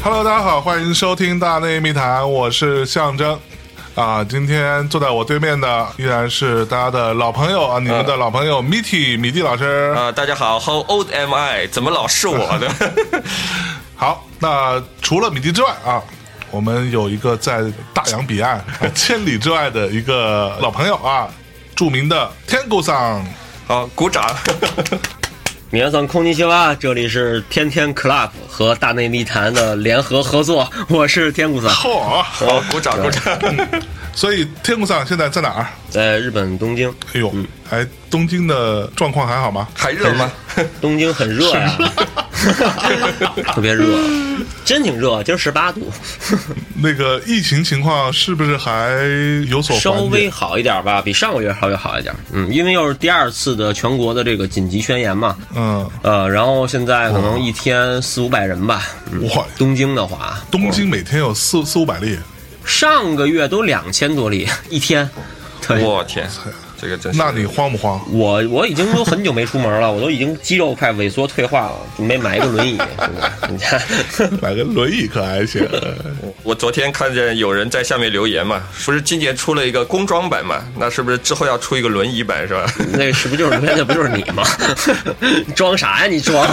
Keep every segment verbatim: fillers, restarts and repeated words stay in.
Hello， 大家好，欢迎收听大内密谈，我是象征。啊，今天坐在我对面的依然是大家的老朋友啊，你们的老朋友、嗯、米蒂米蒂老师啊，大家好 ，How old am I？ 怎么老是我呢？ 好，那除了米蒂之外啊，我们有一个在大洋彼岸、千里之外的一个老朋友啊，著名的天狗桑。 好，鼓掌。 皆さんこんにちは，这里是天天 Club 和大内密谈的联合合作，我是天谷桑。 好， 好，鼓掌鼓掌。 所以天谷桑现在在哪儿？ 在日本东京。 哎呦，嗯、哎，东京的状况还好吗？ 还热吗？ 东京很热呀，特别热，真挺热，今儿十八度。 那个疫情情况是不是还有所缓解？ 稍微好一点吧，比上个月稍微好一点。嗯，因为又是第二次的全国的这个紧急宣言嘛。 嗯。 呃，然后现在可能一天四五百人吧。哇、嗯，东京的话， 东京每天有四四五百例。 上个月都两千多例一天。 我天，这个真是。 那你慌不慌？ 我我已经都很久没出门了，我都已经肌肉快萎缩退化了，准备买一个轮椅。你看， 买个轮椅可还行。 我昨天看见有人在下面留言嘛，不是今年出了一个工装版嘛？那是不是之后要出一个轮椅版是吧？ 那是不是就是那不就是你吗？装啥呀？你装？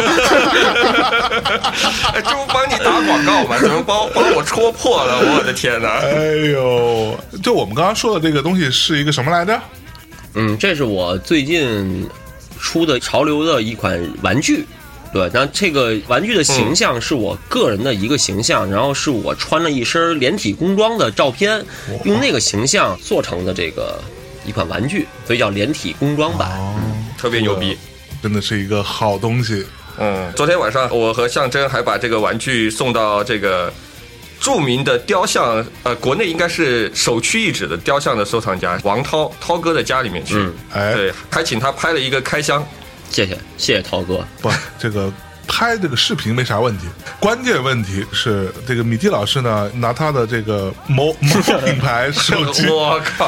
这不帮你打广告吗？怎么帮帮我戳破了？我的天哪！ 哎呦，就我们刚刚说的这个东西是一个什么来着？ 嗯，这是我最近出的潮流的一款玩具，对，那这个玩具的形象是我个人的一个形象，嗯、然后是我穿了一身连体工装的照片，用那个形象做成的这个一款玩具，所以叫连体工装版， 哦嗯、 特别牛逼， 真的是一个好东西。 嗯，昨天晚上我和象征还把这个玩具送到这个著名的雕像，呃，国内应该是首屈一指的雕像的收藏家王涛涛哥的家里面去， 嗯，哎， 对，还请他拍了一个开箱。 谢谢谢谢涛哥。 不，这个拍这个视频没啥问题，关键问题是这个米蒂老师呢，拿他的这个某某品牌手机， 我靠。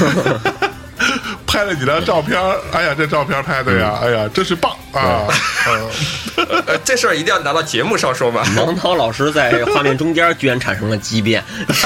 拍了几张照片，哎呀，这照片拍的呀，哎呀，真是棒啊！ 呃，这事儿一定要拿到节目上说嘛。 王涛老师在画面中间居然产生了畸变，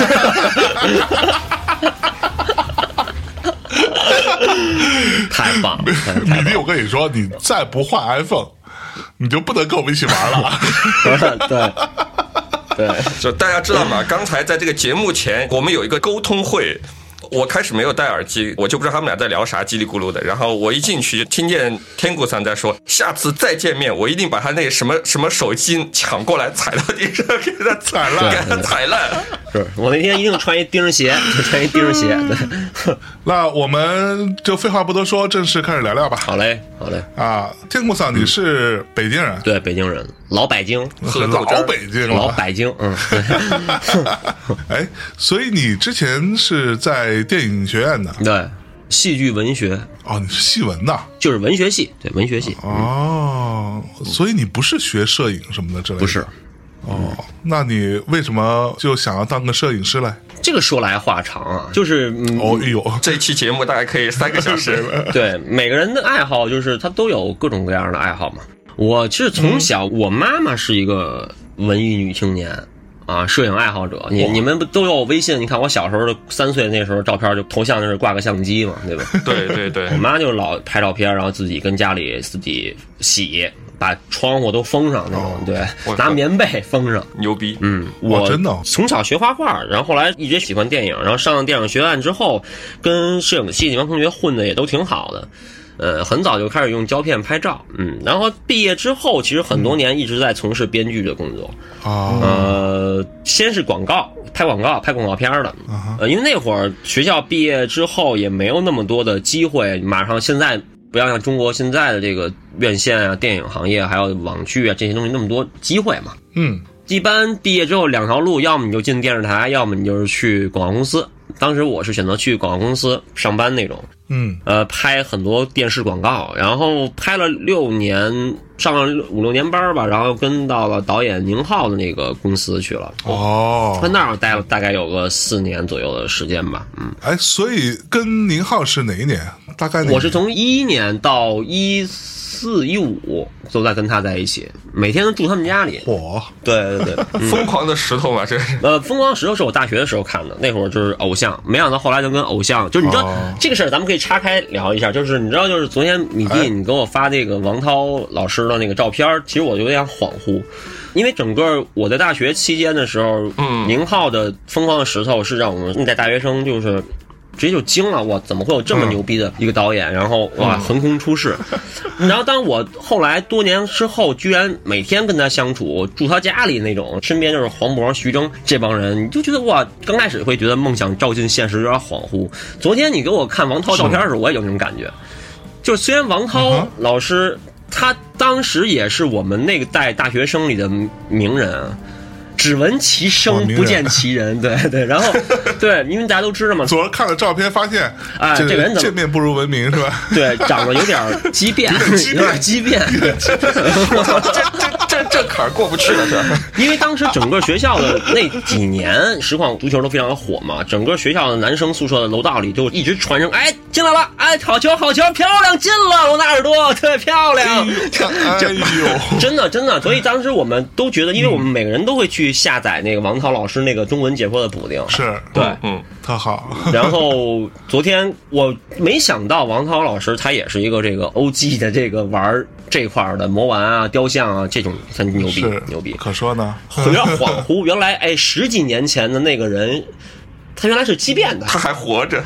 太棒了！ 米蒂，我跟你说，你再不换 iPhone， 你就不能跟我们一起玩了。 对。对， 就大家知道吗？刚才在这个节目前，我们有一个沟通会。我开始没有戴耳机，我就不知道他们俩在聊啥，叽里咕噜的。然后我一进去就听见天谷桑在说，下次再见面，我一定把他那什么什么手机抢过来，踩到地上，给他踩烂，给他踩烂。 是我那天一定穿一钉鞋，就穿一钉鞋。对， 那我们就废话不多说，正式开始聊聊吧。 好嘞，好嘞。 啊，天谷桑，你是北京人？ 对，北京人，老北京， 老北京了， 老北京。嗯。 哎，所以你之前是在电影学院的？ 对，戏剧文学。 哦，你是戏文的， 就是文学系，对，文学系。 哦，嗯、所以你不是学摄影什么的之类的？ 不是。 哦，那你为什么就想要当个摄影师嘞？ 这个说来话长啊，就是、 嗯、哦，哎呦， 这期节目大概可以三个小时。 对，每个人的爱好就是他都有各种各样的爱好嘛。我其实从小，嗯、我妈妈是一个文艺女青年。啊，摄影爱好者，你你们不都有微信？你看我小时候的三岁那时候照片，就头像就是挂个相机嘛，对吧？ 对对对， 我妈就老拍照片，然后自己跟家里自己洗，把窗户都封上那种，哦、对，拿棉被封上， 牛逼。 嗯，我真的从小学画画，然后后来一直喜欢电影，然后上了电影学院之后，跟摄影系那帮同学混的也都挺好的。呃，很早就开始用胶片拍照，嗯，然后毕业之后，其实很多年一直在从事编剧的工作， 啊、 嗯，呃，先是广告，拍广告，拍广告片的， 啊、 呃，因为那会儿学校毕业之后也没有那么多的机会，马上现在不要像中国现在的这个院线啊、电影行业还有网剧啊这些东西那么多机会嘛， 嗯， 一般毕业之后两条路，要么你就进电视台，要么你就是去广告公司。当时我是选择去广告公司上班那种， 嗯， 呃，拍很多电视广告，然后拍了六年，上了五六年班吧，然后跟到了导演宁浩的那个公司去了。 哦， 在那儿待了大概有个四年左右的时间吧，嗯， 哎，所以跟宁浩是哪一年？大概哪一年？ 我是从一一年到一四一五都在跟他在一起，每天都住他们家里。 嚯， 对对对，嗯、 疯狂的石头嘛，这是。 呃，疯狂石头是我大学的时候看的，那会儿就是偶像，没想到后来就跟偶像，就是你知道、哦、这个事儿，咱们可以岔开聊一下。就是你知道，就是昨天米蒂你给我发这个王涛老师的那个照片，其实我有点恍惚。因为整个我在大学期间的时候，嗯，宁浩的《疯狂的石头》是让我们那代大学生就是直接就惊了，哇，怎么会有这么牛逼的一个导演？嗯、然后哇，横空出世。然后当我后来多年之后，居然每天跟他相处，住他家里那种，身边就是黄渤、徐峥这帮人，你就觉得哇，刚开始会觉得梦想照进现实有点恍惚。昨天你给我看王涛照片的时候，我也有那种感觉。就虽然王涛老师。他当时也是我们那个代大学生里的名人啊，只闻其声不见其人，对对，然后对，因为大家都知道嘛。 昨儿看了照片发现， 哎，这个人见面不如闻名是吧？ 对，长得有点畸变，有点畸变。 我操，这这这这坎儿过不去了，是吧？ 因为当时整个学校的那几年，实况足球都非常的火嘛，整个学校的男生宿舍的楼道里就一直传声，哎，进来了，哎，好球好球，漂亮，进了，罗纳尔多，特别漂亮。 哎呦， 真的真的，所以当时我们都觉得，因为我们每个人都会去下载那个王涛老师那个中文解说的补丁， 是对， 嗯，特好。 然后昨天我没想到王涛老师他也是一个这个 O G 的这个玩这块的魔玩啊、雕像啊这种很牛逼牛逼。 可说呢， 有点恍惚，原来哎十几年前的那个人，他原来是畸变的， 他还活着。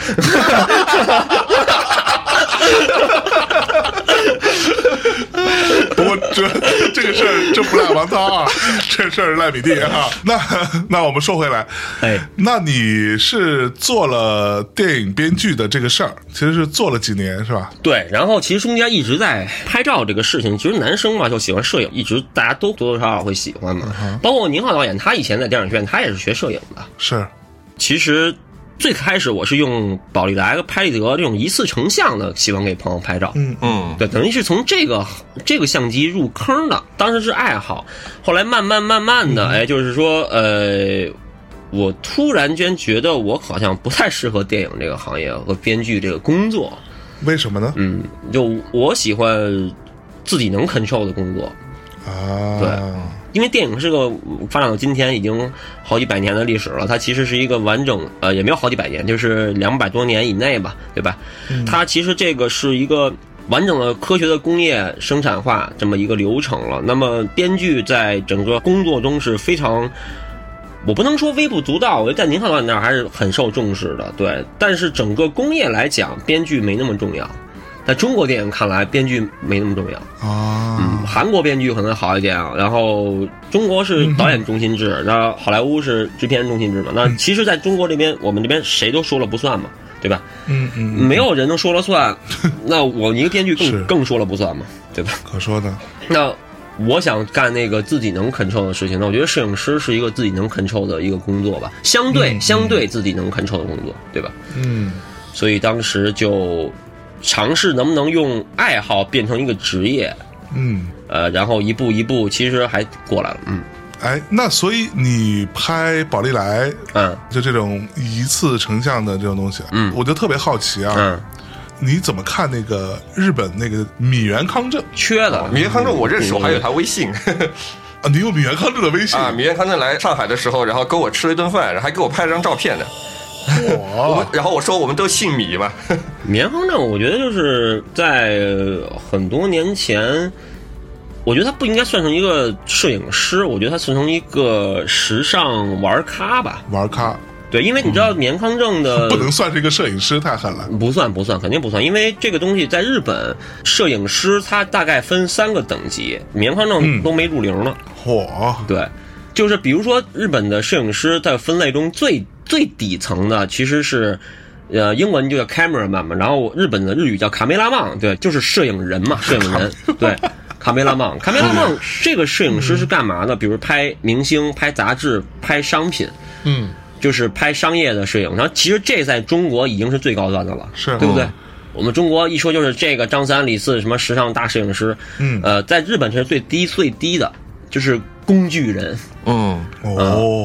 不过这这个事儿这不赖王涛啊，这事儿赖米蒂啊。那那我们说回来， 哎， 那你是做了电影编剧的这个事儿，其实是做了几年是吧？ 对，然后其实中间一直在拍照这个事情，其实男生嘛就喜欢摄影，一直大家都多多少少会喜欢嘛。Uh-huh. 包括宁浩导演，他以前在电影学院，他也是学摄影的。 是， 其实。最开始我是用宝丽来和拍立得这种一次成像的，喜欢给朋友拍照。 嗯嗯， 对，等于是从这个这个相机入坑的，当时是爱好，后来慢慢慢慢的，哎，就是说，呃，我突然间觉得我好像不太适合电影这个行业和编剧这个工作。 为什么呢？ 嗯，就我喜欢自己能 control 的工作。 啊， 对。因为电影是个发展到今天已经好几百年的历史了，它其实是一个完整，呃，也没有好几百年，就是两百多年以内吧，对吧？嗯、它其实这个是一个完整的科学的工业生产化这么一个流程了。那么编剧在整个工作中是非常，我不能说微不足道，我觉得在宁浩导演那儿还是很受重视的，对。但是整个工业来讲，编剧没那么重要。在中国电影看来，编剧没那么重要啊。 嗯，韩国编剧可能好一点，然后中国是导演中心制，然后好莱坞是制片人中心制嘛。那其实在中国这边，我们这边谁都说了不算嘛，对吧？ 嗯嗯， 没有人能说了算，那我一个编剧更更说了不算嘛，对吧？ 可说的。 那我想干那个自己能 control 的事情，那我觉得摄影师是一个自己能 control 的一个工作吧，相对、嗯、相对自己能 control 的工作，对吧？ 嗯， 所以当时就。尝试能不能用爱好变成一个职业， 嗯， 呃，然后一步一步，其实还过来了，嗯， 哎，那所以你拍宝丽来， 嗯， 就这种一次成像的这种东西， 嗯， 我就特别好奇啊， 嗯， 你怎么看那个日本那个米原康正？ 缺的， 米原康正我认识，我还有他微信。 啊，你有米原康正的微信啊？米原康正来上海的时候，然后跟我吃了一顿饭，然后还给我拍了张照片呢。我们然后我说我们都姓米嘛。 米原康正，我觉得就是在很多年前，我觉得他不应该算成一个摄影师，我觉得他算成一个时尚玩咖吧。 玩咖， 对，因为你知道米原康正的、 嗯、不能算是一个摄影师，太狠了。 不算不算，肯定不算，因为这个东西在日本，摄影师他大概分三个等级，米原康正都没入零呢。 嚯、 嗯，对，就是比如说日本的摄影师在分类中最。最底层的其实是，呃，英文就叫 cameraman 嘛，然后日本的日语叫卡梅拉曼，对，就是摄影人嘛，摄影人，对，卡梅拉曼，卡梅拉曼这个摄影师是干嘛的？比如拍明星、拍杂志、拍商品， 嗯， 就是拍商业的摄影。然后其实这在中国已经是最高端的了， 是对不对？嗯、我们中国一说就是这个张三李四什么时尚大摄影师， 嗯， 呃，在日本这是最低最低的，就是工具人， 嗯，哦。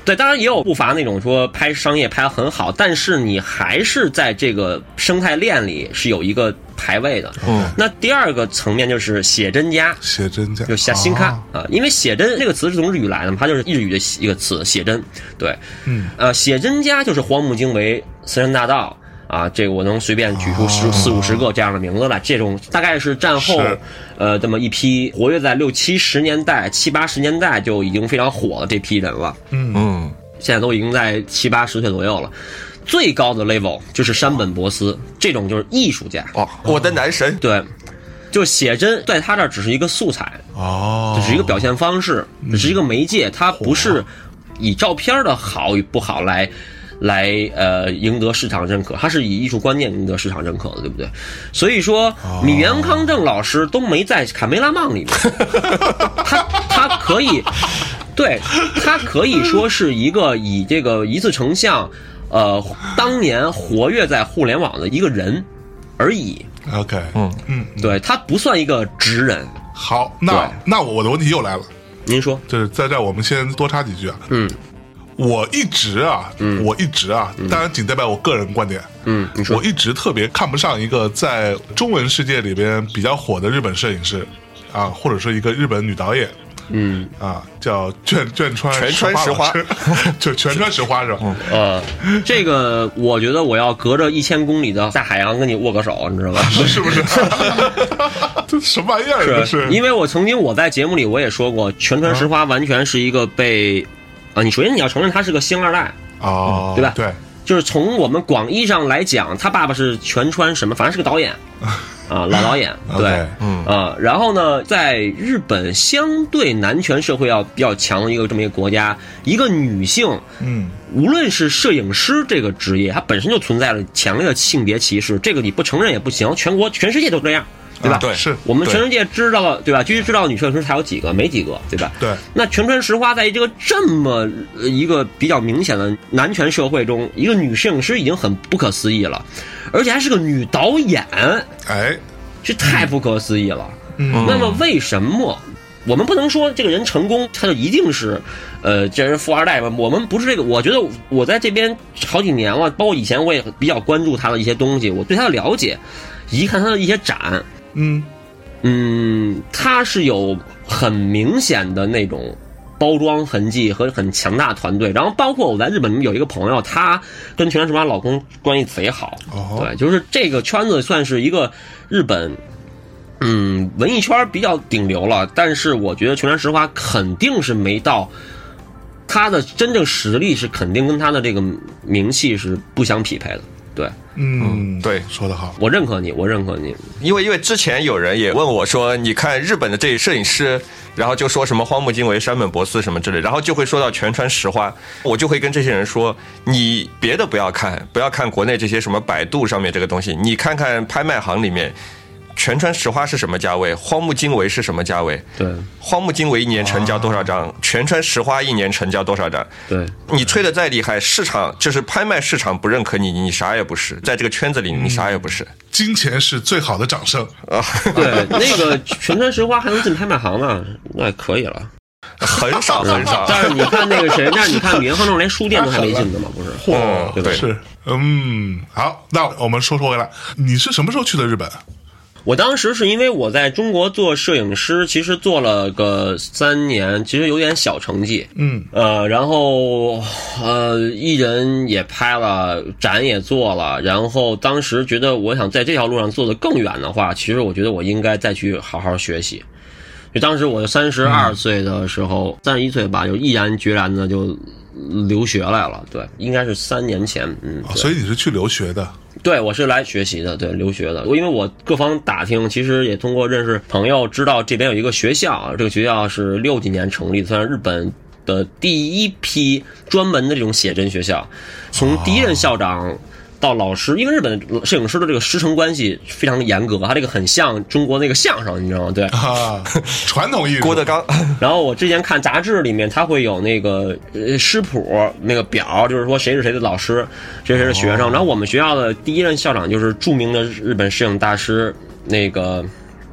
对，当然也有不乏那种说拍商业拍得很好，但是你还是在这个生态链里是有一个排位的。 嗯， 那第二个层面就是写真家， 写真家就写新咖啊，因为写真这个词是从日语来的嘛，它就是日语的一个词，写真。对， 嗯， 呃，写真家就是荒木经惟、森山大道。啊，这个我能随便举出十四五十个这样的名字来。这种大概是战后，呃，这么一批活跃在六七十年代、七八十年代就已经非常火的这批人了。 嗯嗯， 现在都已经在七八十岁左右了。最高的 level 就是山本博司，这种就是艺术家。 哦，我的男神。 对，就写真在他这儿只是一个素材， 哦， 只是一个表现方式，只是一个媒介，它不是以照片的好与不好来。来呃赢得市场认可，他是以艺术观念赢得市场认可的，对不对？所以说，米原康正老师都没在卡梅拉曼里面，他他可以，对他可以说是一个以这个一次成像，呃，当年活跃在互联网的一个人而已。 OK， 嗯嗯， 对他不算一个职人。 好，那那我我的问题又来了， 您说， 就是在这儿我们先多插几句啊。 嗯。 我一直啊，嗯、我一直啊，当然仅代表我个人观点。 嗯，你说， 我一直特别看不上一个在中文世界里边比较火的日本摄影师啊，或者说一个日本女导演。 嗯啊，叫卷卷川全川石花， 就全川石花是吧？ 呃，这个我觉得我要隔着一千公里的大海洋跟你握个手，你知道吧？ 是不是？这什么玩意儿？这是因为我曾经我在节目里我也说过，全川石花完全是一个被。啊，你首先你要承认他是个星二代哦、嗯， 对吧？ 对， 就是从我们广义上来讲，他爸爸是全川什么，反正是个导演啊，老导演，对， okay, 嗯啊，然后呢，在日本相对男权社会要比较强的一个这么一个国家，一个女性， 嗯， 无论是摄影师这个职业，它本身就存在了强烈的性别歧视，这个你不承认也不行，全国全世界都这样。对吧？ 对，是我们全世界知道了，对吧？其实知道女摄影师才有几个，没几个，对吧？ 对。 那全川石花在这个这么一个比较明显的男权社会中，一个女摄影师已经很不可思议了，而且还是个女导演， 哎， 这太不可思议了。 嗯。 那么为什么我们不能说这个人成功，他就一定是，呃，这人富二代吧？我们不是这个。我觉得我在这边好几年了，包括以前我也比较关注他的一些东西，我对他的了解，以及看他的一些展。 嗯嗯，它是有很明显的那种包装痕迹和很强大的团队，然后包括我在日本有一个朋友，他跟全川石花老公关系贼好， 哦、 对，就是这个圈子算是一个日本，嗯，文艺圈比较顶流了，但是我觉得全川石花肯定是没到。他的真正实力是肯定跟他的这个名气是不相匹配的。对， 嗯， 对， 说得好， 我认可你，我认可你。 因为因为之前有人也问我说，你看日本的这摄影师，然后就说什么荒木经惟、山本博司什么之类，然后就会说到全川石花，我就会跟这些人说，你别的不要看，不要看国内这些什么百度上面这个东西，你看看拍卖行里面。全川石花是什么价位？荒木经惟是什么价位？ 对， 荒木经惟一年成交多少张？啊、全川石花一年成交多少张？ 对， 你吹得再厉害，市场就是拍卖市场不认可你，你啥也不是，在这个圈子里你啥也不是。嗯、 金钱是最好的掌声啊！ 对，那个全川石花还能进拍卖行呢，那可以了。 很少很少， 但是你看那个谁，但是你看米原康正连书店都还没进呢嘛，不是？ 嚯， 对吧？ 是，嗯，好，那我们说说回来，你是什么时候去的日本？ 我当时是因为我在中国做摄影师，其实做了个三年，其实有点小成绩， 嗯， 呃，然后呃，艺人也拍了，展也做了，然后当时觉得我想在这条路上做得更远的话，其实我觉得我应该再去好好学习。就当时我三十二岁的时候，三十一岁吧，就毅然决然的就留学来了，对，应该是三年前，嗯， 哦、所以你是去留学的。 对，我是来学习的，对，留学的。因为我各方打听，其实也通过认识朋友知道这边有一个学校，这个学校是六几年成立，算是日本的第一批专门的这种写真学校。从第一任校长到老师，因为日本摄影师的这个师承关系非常严格，他这个很像中国那个相声，你知道吗？对啊，传统艺术。 郭德纲。 然后我之前看杂志里面，他会有那个呃师谱那个表，就是说谁是谁的老师，谁是谁的学生。然后我们学校的第一任校长就是著名的日本摄影大师那个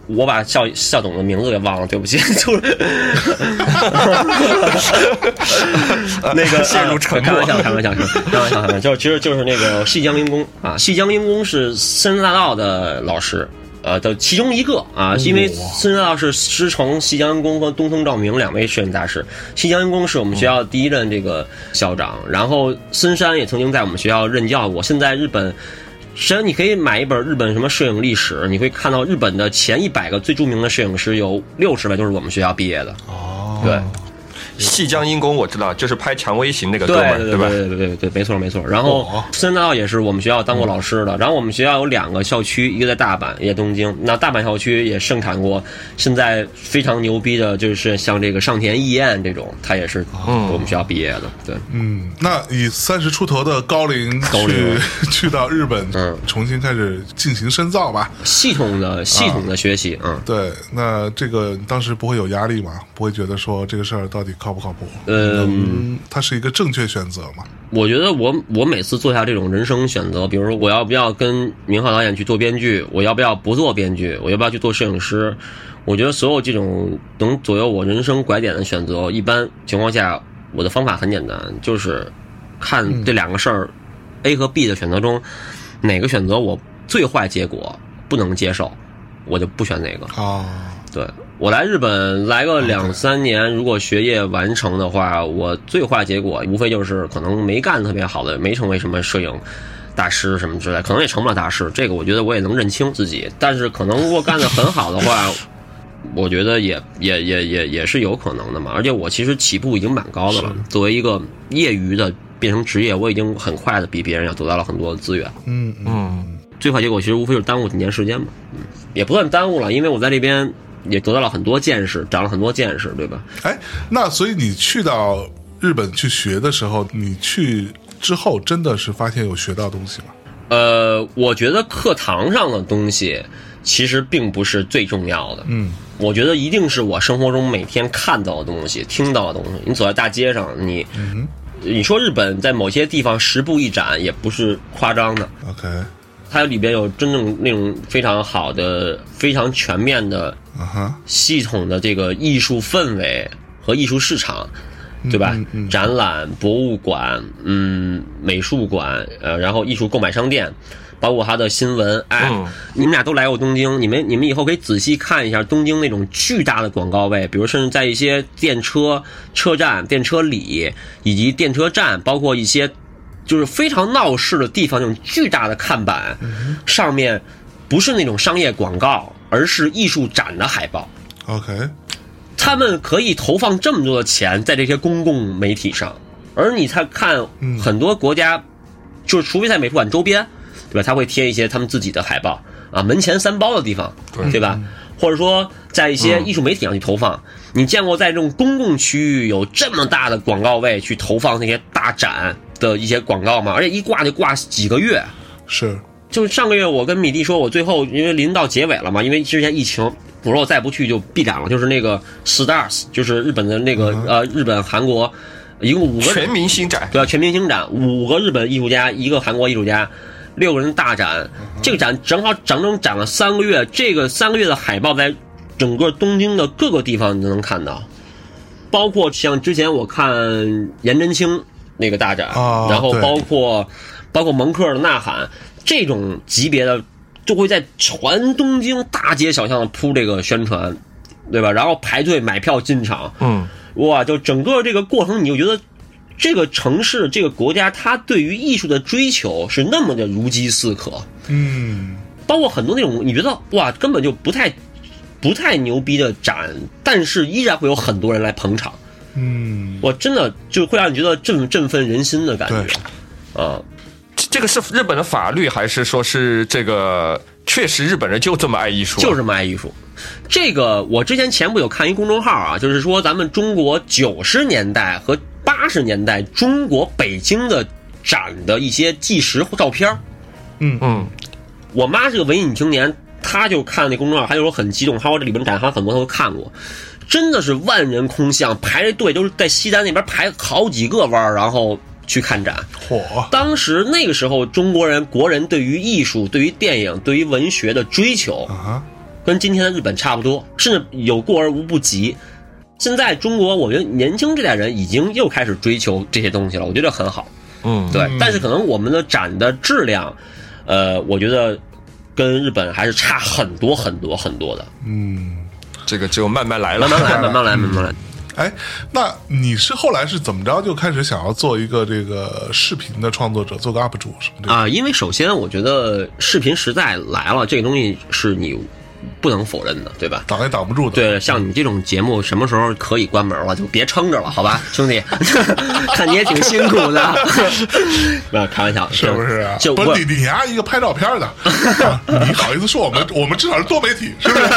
我把校校董的名字给忘了，对不起，就是那个陷入沉默。 开玩笑，开玩笑，开玩笑，开玩笑，就是其实就是那个细江英公啊，细江英公是森大道的老师。呃的其中一个啊，因为森大道是师承西江公和东村照明两位摄影大师，西江公是我们学校第一任这个校长，然后森山也曾经在我们学校任教过。现在日本，实际上你可以买一本日本什么摄影历史，你会看到日本的前一百个最著名的摄影师有六十位都是我们学校毕业的。 哦， 对。 细江英公我知道，就是拍《蔷薇行》那个哥们儿， 对吧？ 对对对对对，没错没错。然后森大道也是我们学校当过老师的。然后我们学校有两个校区，一个在大阪，一个在东京。那大阪校区也盛产过现在非常牛逼的，就是像这个上田义彦这种，他也是我们学校毕业的。对， 嗯，那以三十出头的高龄高龄去去到日本，嗯，重新开始进行深造吧， 系统的系统的学习，嗯， 对。那这个当时不会有压力吗？不会觉得说这个事儿到底靠不靠谱？ 嗯， 它是一个正确选择吗？ 我觉得我我每次做下这种人生选择，比如说我要不要跟明浩导演去做编剧，我要不要不做编剧，我要不要去做摄影师，我觉得所有这种能左右我人生拐点的选择，一般情况下我的方法很简单，就是看这两个事儿、嗯、A 和 B 的选择中哪个选择我最坏结果不能接受，我就不选哪个。 哦， 对，我来日本来个两三年，如果学业完成的话，我最坏结果无非就是可能没干特别好的，没成为什么摄影大师什么之类，可能也成不了大师，这个我觉得我也能认清自己。但是可能如果干得很好的话，我觉得也也也也也是有可能的嘛。而且我其实起步已经蛮高的了，作为一个业余的变成职业，我已经很快的比别人要得到了很多资源。 嗯嗯， 最坏结果其实无非就是耽误几年时间嘛，嗯，也不算耽误了，因为我在这边也得到了很多见识，长了很多见识，对吧？ 哎，那所以你去到日本去学的时候，你去之后真的是发现有学到东西吗？ 呃，我觉得课堂上的东西其实并不是最重要的。 嗯， 我觉得一定是我生活中每天看到的东西、听到的东西。你走在大街上，你，嗯、你说日本在某些地方十步一展也不是夸张的。 OK。 它里边有真正那种非常好的、非常全面的、系统的这个艺术氛围和艺术市场，对吧？ 嗯嗯嗯、 展览、博物馆、嗯，美术馆，呃，然后艺术购买商店，包括它的新闻。哎，嗯、你们俩都来过东京，你们你们以后可以仔细看一下东京那种巨大的广告位，比如甚至在一些电车车站、电车里以及电车站，包括一些。就是非常闹市的地方，那种巨大的看板，上面不是那种商业广告，而是艺术展的海报。 OK， 他们可以投放这么多的钱在这些公共媒体上，而你才看很多国家，就是除非在美术馆周边，对吧？他会贴一些他们自己的海报啊，门前三包的地方，对吧？或者说在一些艺术媒体上去投放，你见过在这种公共区域有这么大的广告位去投放那些大展的一些广告吗？而且一挂就挂几个月。 是， 就是上个月我跟米蒂说，我最后因为临到结尾了嘛，因为之前疫情，我说我再不去就闭展了。就是那个 Stars， 就是日本的那个、嗯、呃日本韩国一共五个全明星展， 对啊，全明星展，五个日本艺术家，一个韩国艺术家。六个人大展，这个展正好整整展了三个月。这个三个月的海报在整个东京的各个地方你都能看到，包括像之前我看颜真卿那个大展， 哦、 然后包括包括蒙克尔的呐喊这种级别的，就会在全东京大街小巷铺这个宣传，对吧？然后排队买票进场， 嗯， 哇，就整个这个过程，你就觉得。这个城市，这个国家，它对于艺术的追求是那么的如饥似渴， 嗯， 包括很多那种你觉得哇根本就不太不太牛逼的展，但是依然会有很多人来捧场， 嗯， 我真的就会让你觉得振振奋人心的感觉，啊， 这个是日本的法律，还是说是这个确实日本人就这么爱艺术、啊， 就这么爱艺术？这个我之前前不有看一公众号啊，就是说咱们中国九十年代和八十年代中国北京的展的一些纪实照片。 嗯嗯， 我妈是个文艺女青年，她就看那公众号，她就说很激动，她说这里边展还很多她都看过，真的是万人空巷，排着队都是在西单那边排好几个弯，然后去看展。 嚯！ 当时那个时候中国人国人对于艺术、对于电影、对于文学的追求， 啊， 跟今天的日本差不多，甚至有过而无不及。现在中国，我觉得年轻这代人已经又开始追求这些东西了，我觉得很好。 嗯， 对。但是可能我们的展的质量，呃，我觉得跟日本还是差很多很多很多的。 嗯， 这个只有慢慢来了， 慢慢来，慢慢来，慢慢来。 哎，那你是后来是怎么着就开始想要做一个这个视频的创作者，做个 U P 主什么的啊？因为首先我觉得视频时代来了，这个东西是你不能否认的，对吧？ 挡也挡不住的。 对，像你这种节目什么时候可以关门了，就别撑着了，好吧，兄弟，看你也挺辛苦的。没有开玩笑， 是不是啊？ 就不是你你丫一个拍照片的，啊、你好意思说我们我们至少是多媒体，是不是？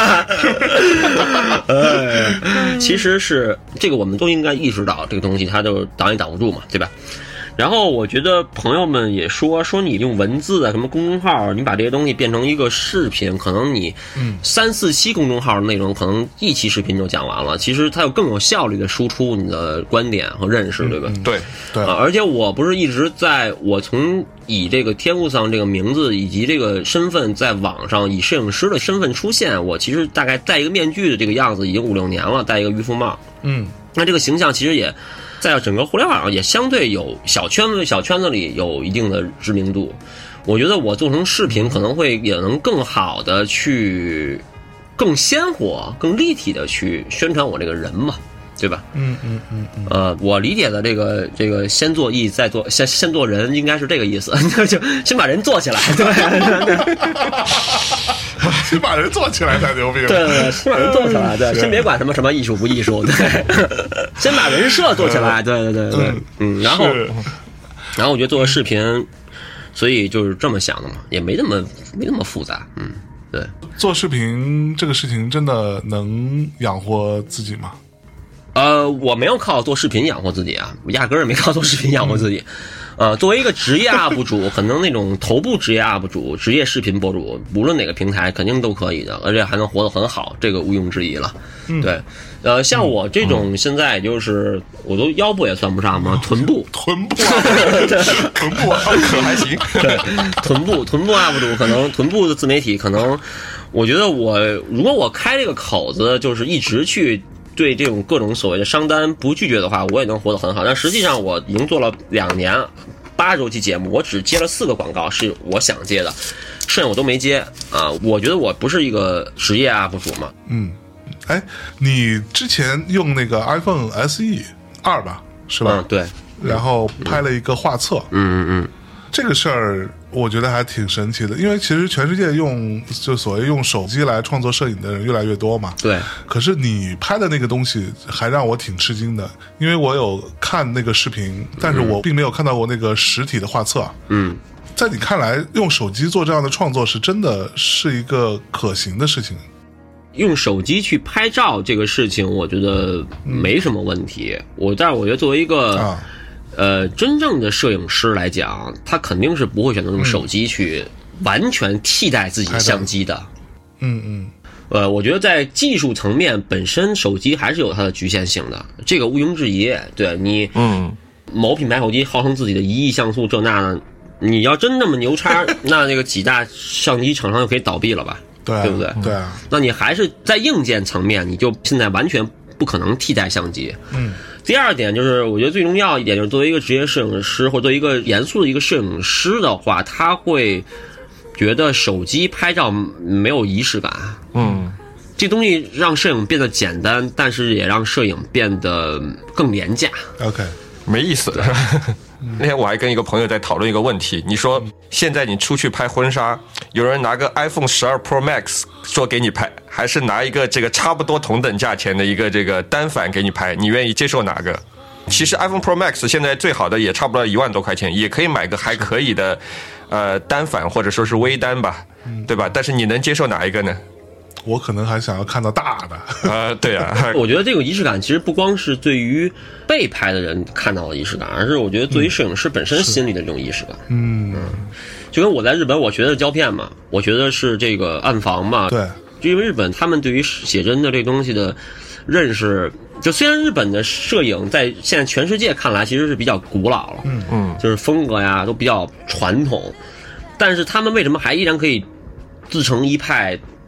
呃，其实是这个，我们都应该意识到这个东西，它就挡也挡不住嘛，对吧？然后我觉得朋友们也说说你用文字啊，什么公众号，你把这些东西变成一个视频，可能你三四期公众号的内容，可能一期视频就讲完了。其实它有更有效率的输出你的观点和认识，对吧？ 嗯、对对、 啊。而且我不是一直在我从以这个天顾桑这个名字以及这个身份在网上以摄影师的身份出现，我其实大概戴一个面具的这个样子已经五六年了，戴一个渔夫帽。 嗯， 那这个形象其实也。在整个互联网上也相对有小圈子小圈子里有一定的知名度，我觉得我做成视频可能会也能更好的去更鲜活更立体的去宣传我这个人嘛，对吧？ 嗯嗯嗯嗯。 呃，我理解的这个这个先做艺再做先先做人，应该是这个意思，就先把人做起来，对对对。 先把人做起来太牛逼了， 对对对，先把人做起来，对，先别管什么什么艺术不艺术，对，先把人设做起来，对对对对，嗯，嗯然后，然后我觉得做个视频，所以就是这么想的嘛，也没那么没那么复杂，嗯，对。 做视频这个事情真的能养活自己吗？ 呃，我没有靠做视频养活自己啊，我压根儿也没靠做视频养活自己。呃，作为一个职业 U P 主，可能那种头部职业 U P 主、职业视频博主，无论哪个平台，肯定都可以的，而且还能活得很好，这个毋庸置疑了。 嗯、 对，呃，像我这种现在就是我都腰部也算不上嘛，臀部， 臀部、啊，臀部、啊、 可还行。 对，臀部，臀部 U P 主可能臀部的自媒体可能，我觉得我如果我开这个口子，就是一直去。对这种各种所谓的商单不拒绝的话，我也能活得很好。但实际上，我已经做了两年八周期节目，我只接了四个广告是我想接的，剩下我都没接啊。我觉得我不是一个职业 U P 主嘛。 嗯，哎，你之前用那个 iPhone S E 二吧，是吧？ 嗯，对。 然后拍了一个画册。 嗯嗯嗯。 这个事儿我觉得还挺神奇的，因为其实全世界用就所谓用手机来创作摄影的人越来越多嘛。 对。 可是你拍的那个东西还让我挺吃惊的，因为我有看那个视频，但是我并没有看到过那个实体的画册。 嗯。 在你看来，用手机做这样的创作是真的是一个可行的事情？ 用手机去拍照这个事情，我觉得没什么问题。嗯、我但是我觉得作为一个。啊呃，真正的摄影师来讲，他肯定是不会选择用手机去完全替代自己的相机的。 嗯嗯。 呃，我觉得在技术层面，本身手机还是有它的局限性的，这个毋庸置疑。对你， 嗯， 某品牌手机号称自己的一亿像素这那的，你要真那么牛叉，那那个几大相机厂商就可以倒闭了吧？ 对、啊， 对不对？ 对啊。 那你还是在硬件层面，你就现在完全不可能替代相机。 嗯。 第二点就是，我觉得最重要一点就是，作为一个职业摄影师或者作为一个严肃的一个摄影师的话，他会觉得手机拍照没有仪式感。 嗯， 这东西让摄影变得简单，但是也让摄影变得更廉价。 OK， 没意思。那天我还跟一个朋友在讨论一个问题，你说现在你出去拍婚纱，有人拿个 iPhone 十二 Pro Max 说给你拍，还是拿一个这个差不多同等价钱的一个这个单反给你拍，你愿意接受哪个？其实 iPhone Pro Max 现在最好的也差不多一万多块钱，也可以买个还可以的呃单反或者说是微单吧，对吧？但是你能接受哪一个呢？ 我可能还想要看到大的。 呃，对啊。 我觉得这个仪式感其实不光是对于被拍的人看到的仪式感，而是我觉得作为摄影师本身心里的这种仪式感。 嗯， 嗯，就跟我在日本我学的胶片嘛，我学的是这个暗房嘛。 对， 就因为日本他们对于写真的这东西的认识，就虽然日本的摄影在现在全世界看来其实是比较古老了， 嗯嗯， 就是风格呀都比较传统，但是他们为什么还依然可以自成一派？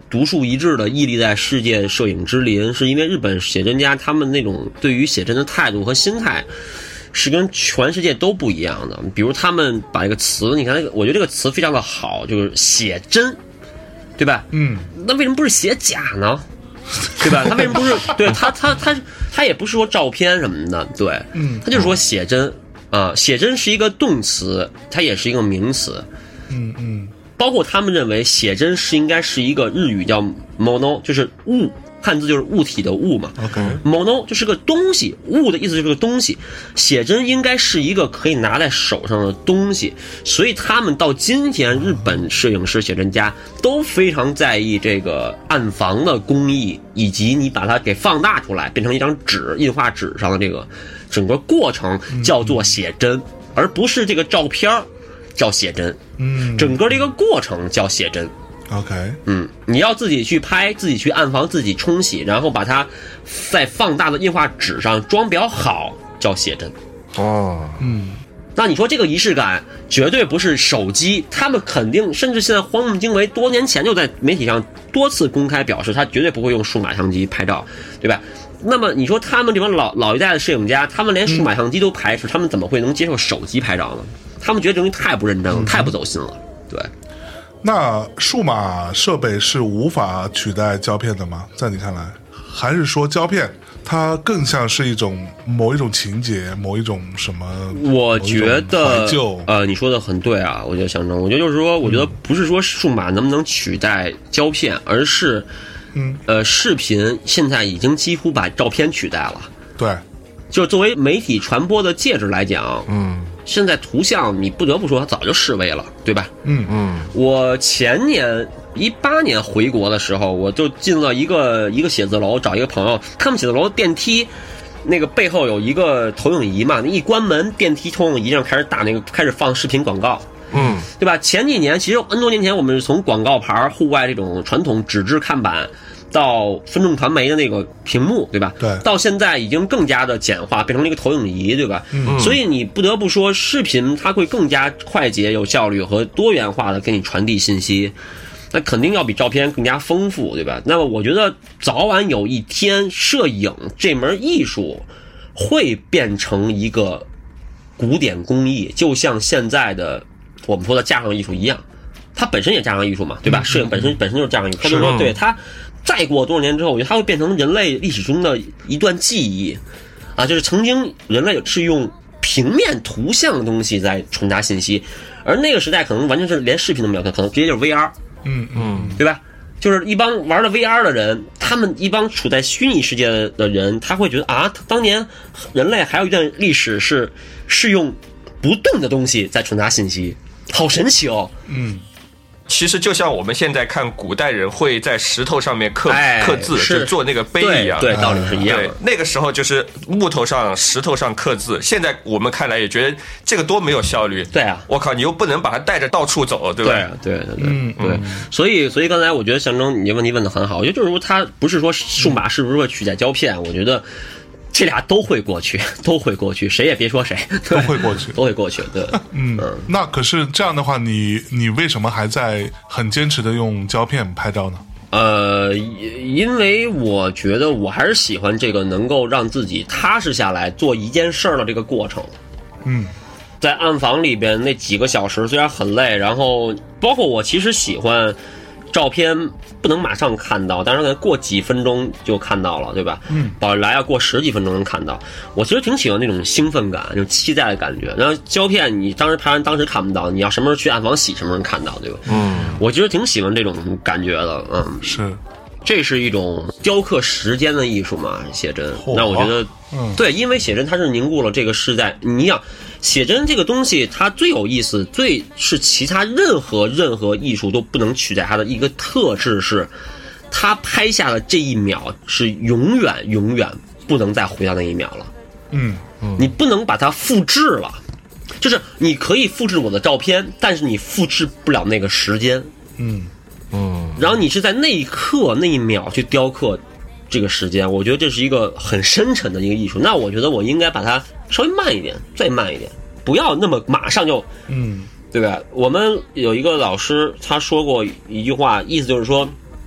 独树一帜的屹立在世界摄影之林，是因为日本写真家他们那种对于写真的态度和心态是跟全世界都不一样的。比如他们把一个词，你看，我觉得这个词非常的好，就是写真，对吧？ 嗯， 那为什么不是写假呢？对吧？他为什么不是？对他，他他他也不是说照片什么的，对， 嗯， 他就是说写真啊、呃，写真是一个动词，它也是一个名词， 嗯嗯， 包括他们认为写真是应该是一个日语叫 mono， 就是物。汉字就是物体的物嘛 ，OK， mono 就是个东西，物的意思就是个东西，写真应该是一个可以拿在手上的东西，所以他们到今天，日本摄影师、写真家都非常在意这个暗房的工艺，以及你把它给放大出来，变成一张纸、印画纸上的这个整个过程叫做写真，而不是这个照片叫写真， 嗯， 整个这个过程叫写真。 OK， 嗯，你要自己去拍，自己去暗房，自己冲洗，然后把它在放大的印画纸上装裱好，叫写真。 哦， 嗯， 那你说这个仪式感绝对不是手机，他们肯定，甚至现在荒木经惟多年前就在媒体上多次公开表示，他绝对不会用数码相机拍照，对吧？那么你说他们这帮老老一代的摄影家，他们连数码相机都排斥，他们怎么会能接受手机拍照呢？他们觉得这东西太不认真了，太不走心了，对。 那数码设备是无法取代胶片的吗？在你看来，还是说胶片它更像是一种某一种情节，某一种什么？ 我觉得怀旧， 呃，你说的很对啊。我觉得象征，我觉得就是说，我觉得不是说数码能不能取代胶片，而是， 嗯， 呃，视频现在已经几乎把照片取代了。 对， 就作为媒体传播的介质来讲， 嗯。 现在图像你不得不说它早就式微了，对吧？ 嗯嗯。 我前年一八年回国的时候，我就进了一个一个写字楼，找一个朋友，他们写字楼电梯那个背后有一个投影仪嘛，一关门电梯投影仪上开始打那个开始放视频广告， 嗯， 对吧？前几年其实 N 多年前我们是从广告牌、户外这种传统纸质看板。到分众传媒的那个屏幕，对吧？ 对。 到现在已经更加的简化，变成了一个投影仪，对吧？ 嗯。 所以你不得不说，视频它会更加快捷、有效率和多元化的给你传递信息，那肯定要比照片更加丰富，对吧？那么我觉得早晚有一天，摄影这门艺术会变成一个古典工艺，就像现在的我们说的架上艺术一样，它本身也架上艺术嘛，对吧？嗯、摄影本身本身就是架上艺术，它就说对它。再过多少年之后，我觉得它会变成人类历史中的一段记忆，啊，就是曾经人类是用平面图像的东西在传达信息，而那个时代可能完全是连视频都没有，可能直接就是 V R， 嗯嗯， 对吧？就是一帮玩了 V R 的人，他们一帮处在虚拟世界的人，他会觉得啊，当年人类还有一段历史是是用不动的东西在传达信息，好神奇哦， 嗯。 其实就像我们现在看古代人会在石头上面刻、 哎、 刻字，就做那个碑一样， 对，对道理是一样的。 那个时候就是木头上、石头上刻字，现在我们看来也觉得这个多没有效率。 对啊， 我靠，你又不能把它带着到处走，对吧？ 对对对对、 嗯、 对。所以所以刚才我觉得象征你的问题问得很好，我觉得就是说它不是说数码是不是会取代胶片，我觉得。这俩都会过去，都会过去，谁也别说谁， 都会过去， 都会过去。对， 嗯，嗯那可是这样的话，你你为什么还在很坚持的用胶片拍照呢？ 呃，因为我觉得我还是喜欢这个能够让自己踏实下来做一件事儿的这个过程。 嗯， 在暗房里边那几个小时虽然很累，然后包括我其实喜欢。照片不能马上看到，但是过几分钟就看到了，对吧？ 嗯， 宝来要过十几分钟能看到。我其实挺喜欢那种兴奋感，那种期待的感觉。然后胶片你当时拍完当时看不到，你要什么时候去暗房洗，什么时候看到，对吧？ 嗯， 我其实挺喜欢这种感觉的，嗯， 是。 这是一种雕刻时间的艺术嘛，写真。那我觉得， 嗯， 对，因为写真它是凝固了这个时代。你想，写真这个东西，它最有意思，最是其他任何任何艺术都不能取代它的一个特质是，它拍下的这一秒是永远永远不能再回到那一秒了。 嗯嗯， 你不能把它复制了，就是你可以复制我的照片，但是你复制不了那个时间。 嗯。 嗯， 然后你是在那一刻那一秒去雕刻这个时间，我觉得这是一个很深沉的一个艺术。那我觉得我应该把它稍微慢一点，再慢一点，不要那么马上就， 嗯， 对吧？我们有一个老师他说过一句话，意思就是说，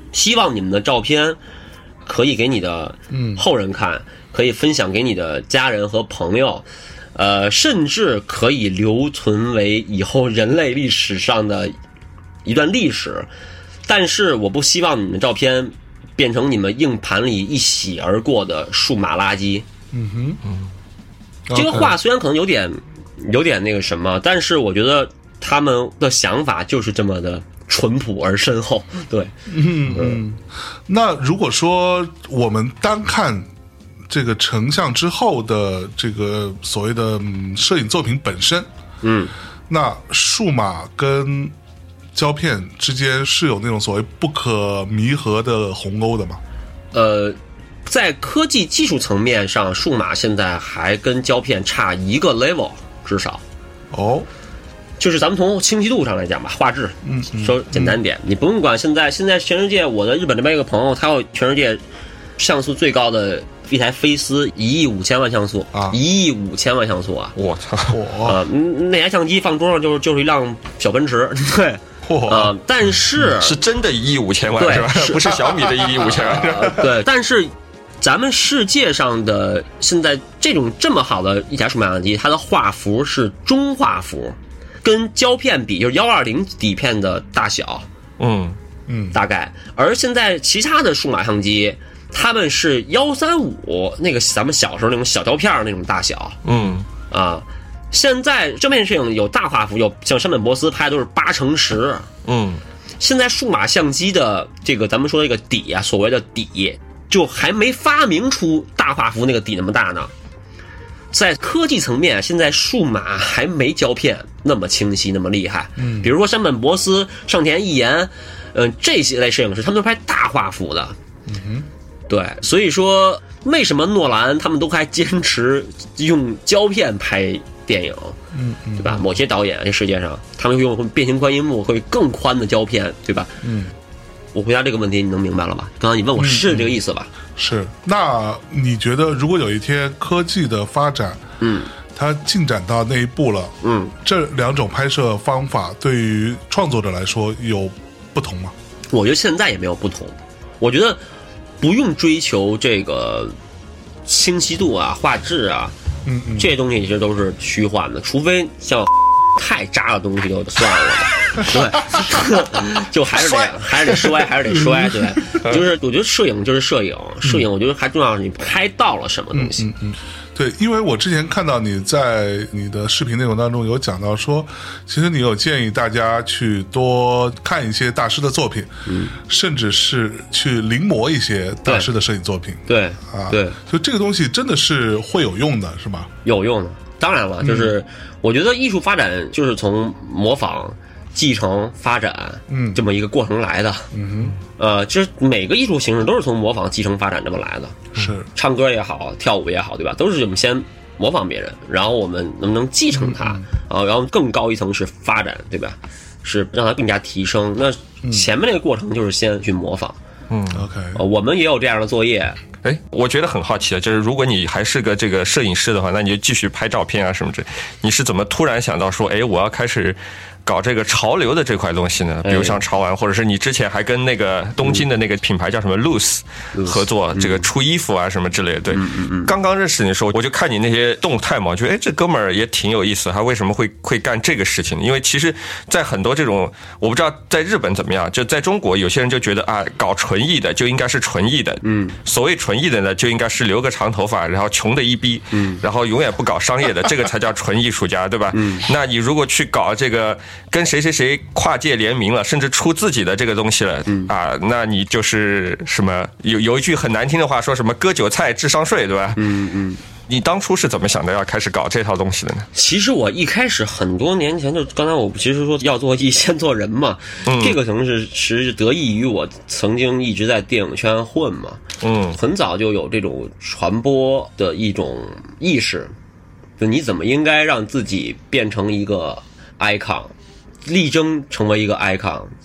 希望你们的照片可以给你的后人看，嗯、可以分享给你的家人和朋友，呃，甚至可以留存为以后人类历史上的一段历史。但是我不希望你们的照片变成你们硬盘里一洗而过的数码垃圾。 嗯哼，嗯， 这个话虽然可能有点有点那个什么，但是我觉得他们的想法就是这么的淳朴而深厚。对， 嗯嗯。那如果说我们单看这个成像之后的这个所谓的、嗯、摄影作品本身， 嗯， 那数码跟胶片之间是有那种所谓不可弥合的鸿沟的吗？ 呃，在科技技术层面上，数码现在还跟胶片差一个 level 至少。 哦， 就是咱们从清晰度上来讲吧，画质， 嗯，嗯说简单点，嗯、你不用管现在现在全世界，我的日本这边一个朋友，他有全世界像素最高的一台飞思，一亿五千万像素啊， 一亿五千万像素啊！ 我操！ 啊、呃，那台相机放桌上就是就是一辆小奔驰，对。啊、呃，但是、 嗯、是真的一亿五千万是吧？是不是小米的一亿五千万、 呃？对，但是咱们世界上的现在这种这么好的一台数码相机，它的画幅是中画幅，跟胶片比就是一二零底片的大小， 嗯嗯， 大概。而现在其他的数码相机，他们是一三五那个咱们小时候那种小胶片那种大小， 嗯啊。现在正面摄影有大画幅，有像山本博司拍的都是八乘十。 嗯， 现在数码相机的这个咱们说的这个底啊，所谓的底，就还没发明出大画幅那个底那么大呢。在科技层面，现在数码还没胶片那么清晰那么厉害。 嗯， 比如说山本博司、上田一彦，嗯、呃，这些类摄影师他们都拍大画幅的。 嗯哼， 对，所以说为什么诺兰他们都还坚持用胶片拍电影， 嗯嗯， 对吧？某些导演这世界上，他们会用变形宽银幕，会更宽的胶片，对吧？ 嗯， 我回答这个问题，你能明白了吧？刚刚你问我是这个意思吧？ 嗯、是。那你觉得，如果有一天科技的发展， 嗯， 它进展到那一步了， 嗯， 这两种拍摄方法对于创作者来说有不同吗？ 我觉得现在也没有不同。我觉得不用追求这个清晰度啊、画质啊。 嗯嗯， 这些东西其实都是虚幻的，除非像太渣的东西就算了吧。对，就还是得还是得摔，还是得摔。对，就是我觉得摄影就是摄影，摄影我觉得还重要是你拍到了什么东西。 嗯嗯嗯，对，因为我之前看到你在你的视频内容当中有讲到说，其实你有建议大家去多看一些大师的作品， 嗯， 甚至是去临摹一些大师的摄影作品。 对啊， 对， 就这个东西真的是会有用的，是吗？ 有用的，当然了，就是我觉得艺术发展就是从模仿、继承、发展， 嗯， 这么一个过程来的。 嗯哼， 呃，就是每个艺术形式都是从模仿、继承、发展这么来的。 是， 唱歌也好，跳舞也好，对吧？都是我们先模仿别人，然后我们能不能继承它， 嗯啊，然后更高一层是发展，对吧？是让它更加提升。那前面那个过程就是先去模仿。 嗯 ，OK， 呃，我们也有这样的作业。 哎，我觉得很好奇的，就是如果你还是个这个摄影师的话，那你就继续拍照片啊什么之类。你是怎么突然想到说，哎，我要开始搞这个潮流的这块东西呢？比如像潮玩，或者是你之前还跟那个东京的那个品牌叫什么 Loose 合作，这个出衣服啊什么之类的。对，刚刚认识你的时候，我就看你那些动态嘛，我觉得哎，这哥们儿也挺有意思，他为什么会会干这个事情？因为其实，在很多这种，我不知道在日本怎么样，就在中国，有些人就觉得啊，搞纯艺的就应该是纯艺的，嗯，所谓纯艺的呢，就应该是留个长头发，然后穷的一逼，嗯，然后永远不搞商业的，这个才叫纯艺术家，对吧？嗯，那你如果去搞这个跟谁谁谁跨界联名了，甚至出自己的这个东西了，嗯啊，那你就是什么有有一句很难听的话，说什么割韭菜智商税，对吧？ 嗯嗯。 你当初是怎么想的要开始搞这套东西的呢？ 其实我一开始很多年前就，刚才我其实说要做艺先做人嘛，嗯、这个可能是是得益于我曾经一直在电影圈混嘛， 嗯， 很早就有这种传播的一种意识，就你怎么应该让自己变成一个 icon， 力争成为一个 icon，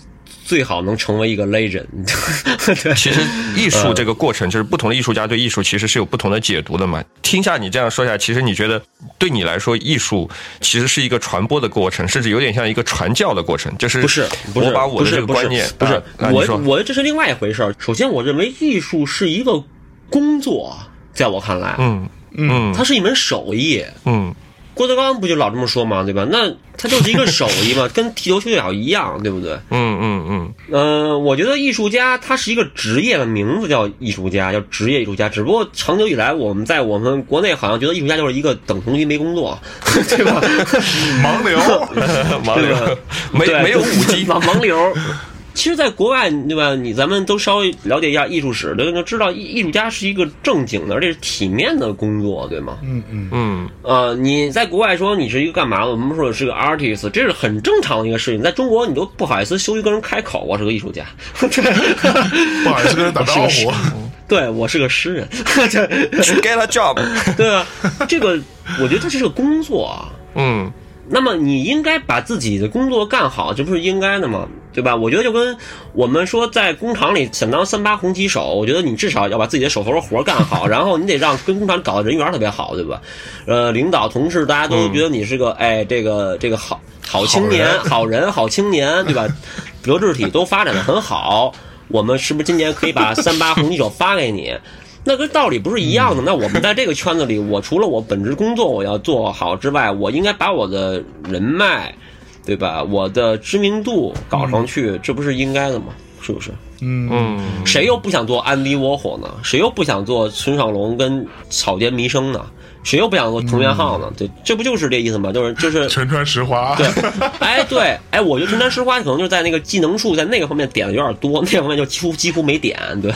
最好能成为一个 legend。 其实艺术这个过程，就是不同的艺术家对艺术其实是有不同的解读的嘛。听下你这样说下，其实你觉得对你来说，艺术其实是一个传播的过程，甚至有点像一个传教的过程。就是不是，不是我把我的这个观念， 不是， 啊不是我我这是另外一回事儿。首先，我认为艺术是一个工作，在我看来， 嗯嗯， 它是一门手艺， 嗯。 郭德纲不就老这么说吗？对吧？那它就是一个手艺嘛，跟踢球、修脚一样，对不对？ 嗯嗯嗯。 呃，我觉得艺术家他是一个职业的名字，叫艺术家，叫职业艺术家。只不过长久以来，我们在我们国内好像觉得艺术家就是一个等同于没工作，对吧？ 盲流， 盲流，没没有五金， 盲盲流。其实，在国外，对吧？你咱们都稍微了解一下艺术史，就知道艺艺术家是一个正经的，而且是体面的工作，对吗？ 嗯嗯嗯。 呃，你在国外说你是一个干嘛的？我们说是个 artist， 这是很正常的一个事情。在中国，你都不好意思羞于跟人开口，我是个艺术家， 不好意思跟人打招呼。 对，我是个诗人。 Get a job。 对啊，这个我觉得这是个工作啊。 嗯。 那么你应该把自己的工作干好，这不是应该的吗？对吧？我觉得就跟我们说在工厂里想当三八红旗手，我觉得你至少要把自己的手头的活干好，然后你得让跟工厂搞的人缘特别好，对吧？呃，领导同事大家都觉得你是个、嗯、哎这个这个好好青年、好人、好人好青年，对吧？德智体都发展的很好，我们是不是今年可以把三八红旗手发给你？那个道理不是一样的。那我们在这个圈子里，我除了我本职工作我要做好之外，我应该把我的人脉，对吧？我的知名度搞上去，嗯、这不是应该的吗？是不是？ 嗯嗯。 谁又不想做安迪沃霍呢？谁又不想做孙少龙跟草间弥生呢？谁又不想做藤原浩呢？对，这不就是这意思吗？就是就是沉川石花。 对，哎对，哎，我觉得沉川石花可能就是在那个技能树在那个方面点的有点多，那个方面就几乎几乎没点。对，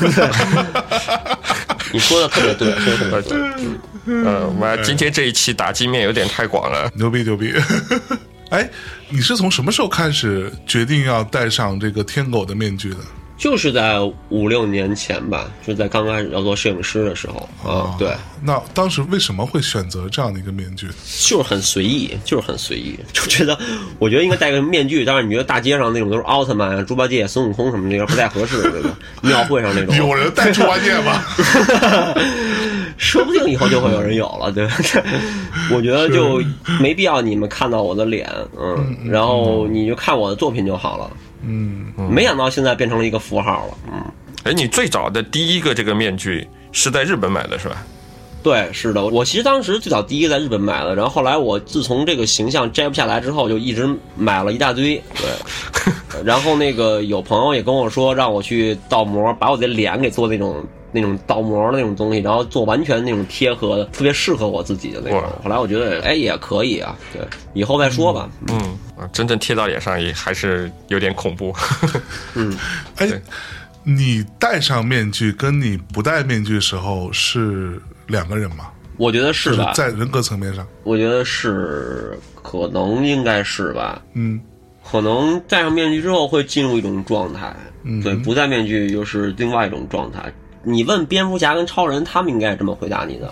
你说的特别对，说的特别对。 呃，我今天这一期打击面有点太广了， 牛逼牛逼。哎，你是从什么时候开始决定要戴上这个天狗的面具的？ 就是在五六年前吧，就在刚开始要做摄影师的时候啊、哦。对， 那当时为什么会选择这样的一个面具？ 就是很随意，就是很随意，就觉得我觉得应该戴个面具。当然，你觉得大街上那种都是奥特曼、猪八戒、孙悟空什么这个不太合适，对吧？庙会上那种有人戴猪八戒吗？ 说不定以后就会有人有了，对吧？我觉得就没必要你们看到我的脸，嗯，然后你就看我的作品就好了。 嗯， 没想到现在变成了一个符号了。嗯， 哎，你最早的第一个这个面具是在日本买的是吧？ 对，是的，我其实当时最早第一个在日本买的，然后后来我自从这个形象摘不下来之后，就一直买了一大堆。对，然后那个有朋友也跟我说，让我去倒模，把我的脸给做那种那种倒模的那种东西，然后做完全那种贴合的，特别适合我自己的那种。后来我觉得，哎，也可以啊，对，以后再说吧。 嗯，嗯真正贴到脸上也还是有点恐怖。 嗯， 哎，你戴上面具跟你不戴面具的时候是两个人吗？ 我觉得是吧， 就是在人格层面上， 我觉得是，可能应该是吧。 嗯， 可能戴上面具之后会进入一种状态， 嗯， 对，不戴面具又是另外一种状态。你问蝙蝠侠跟超人，他们应该这么回答你的。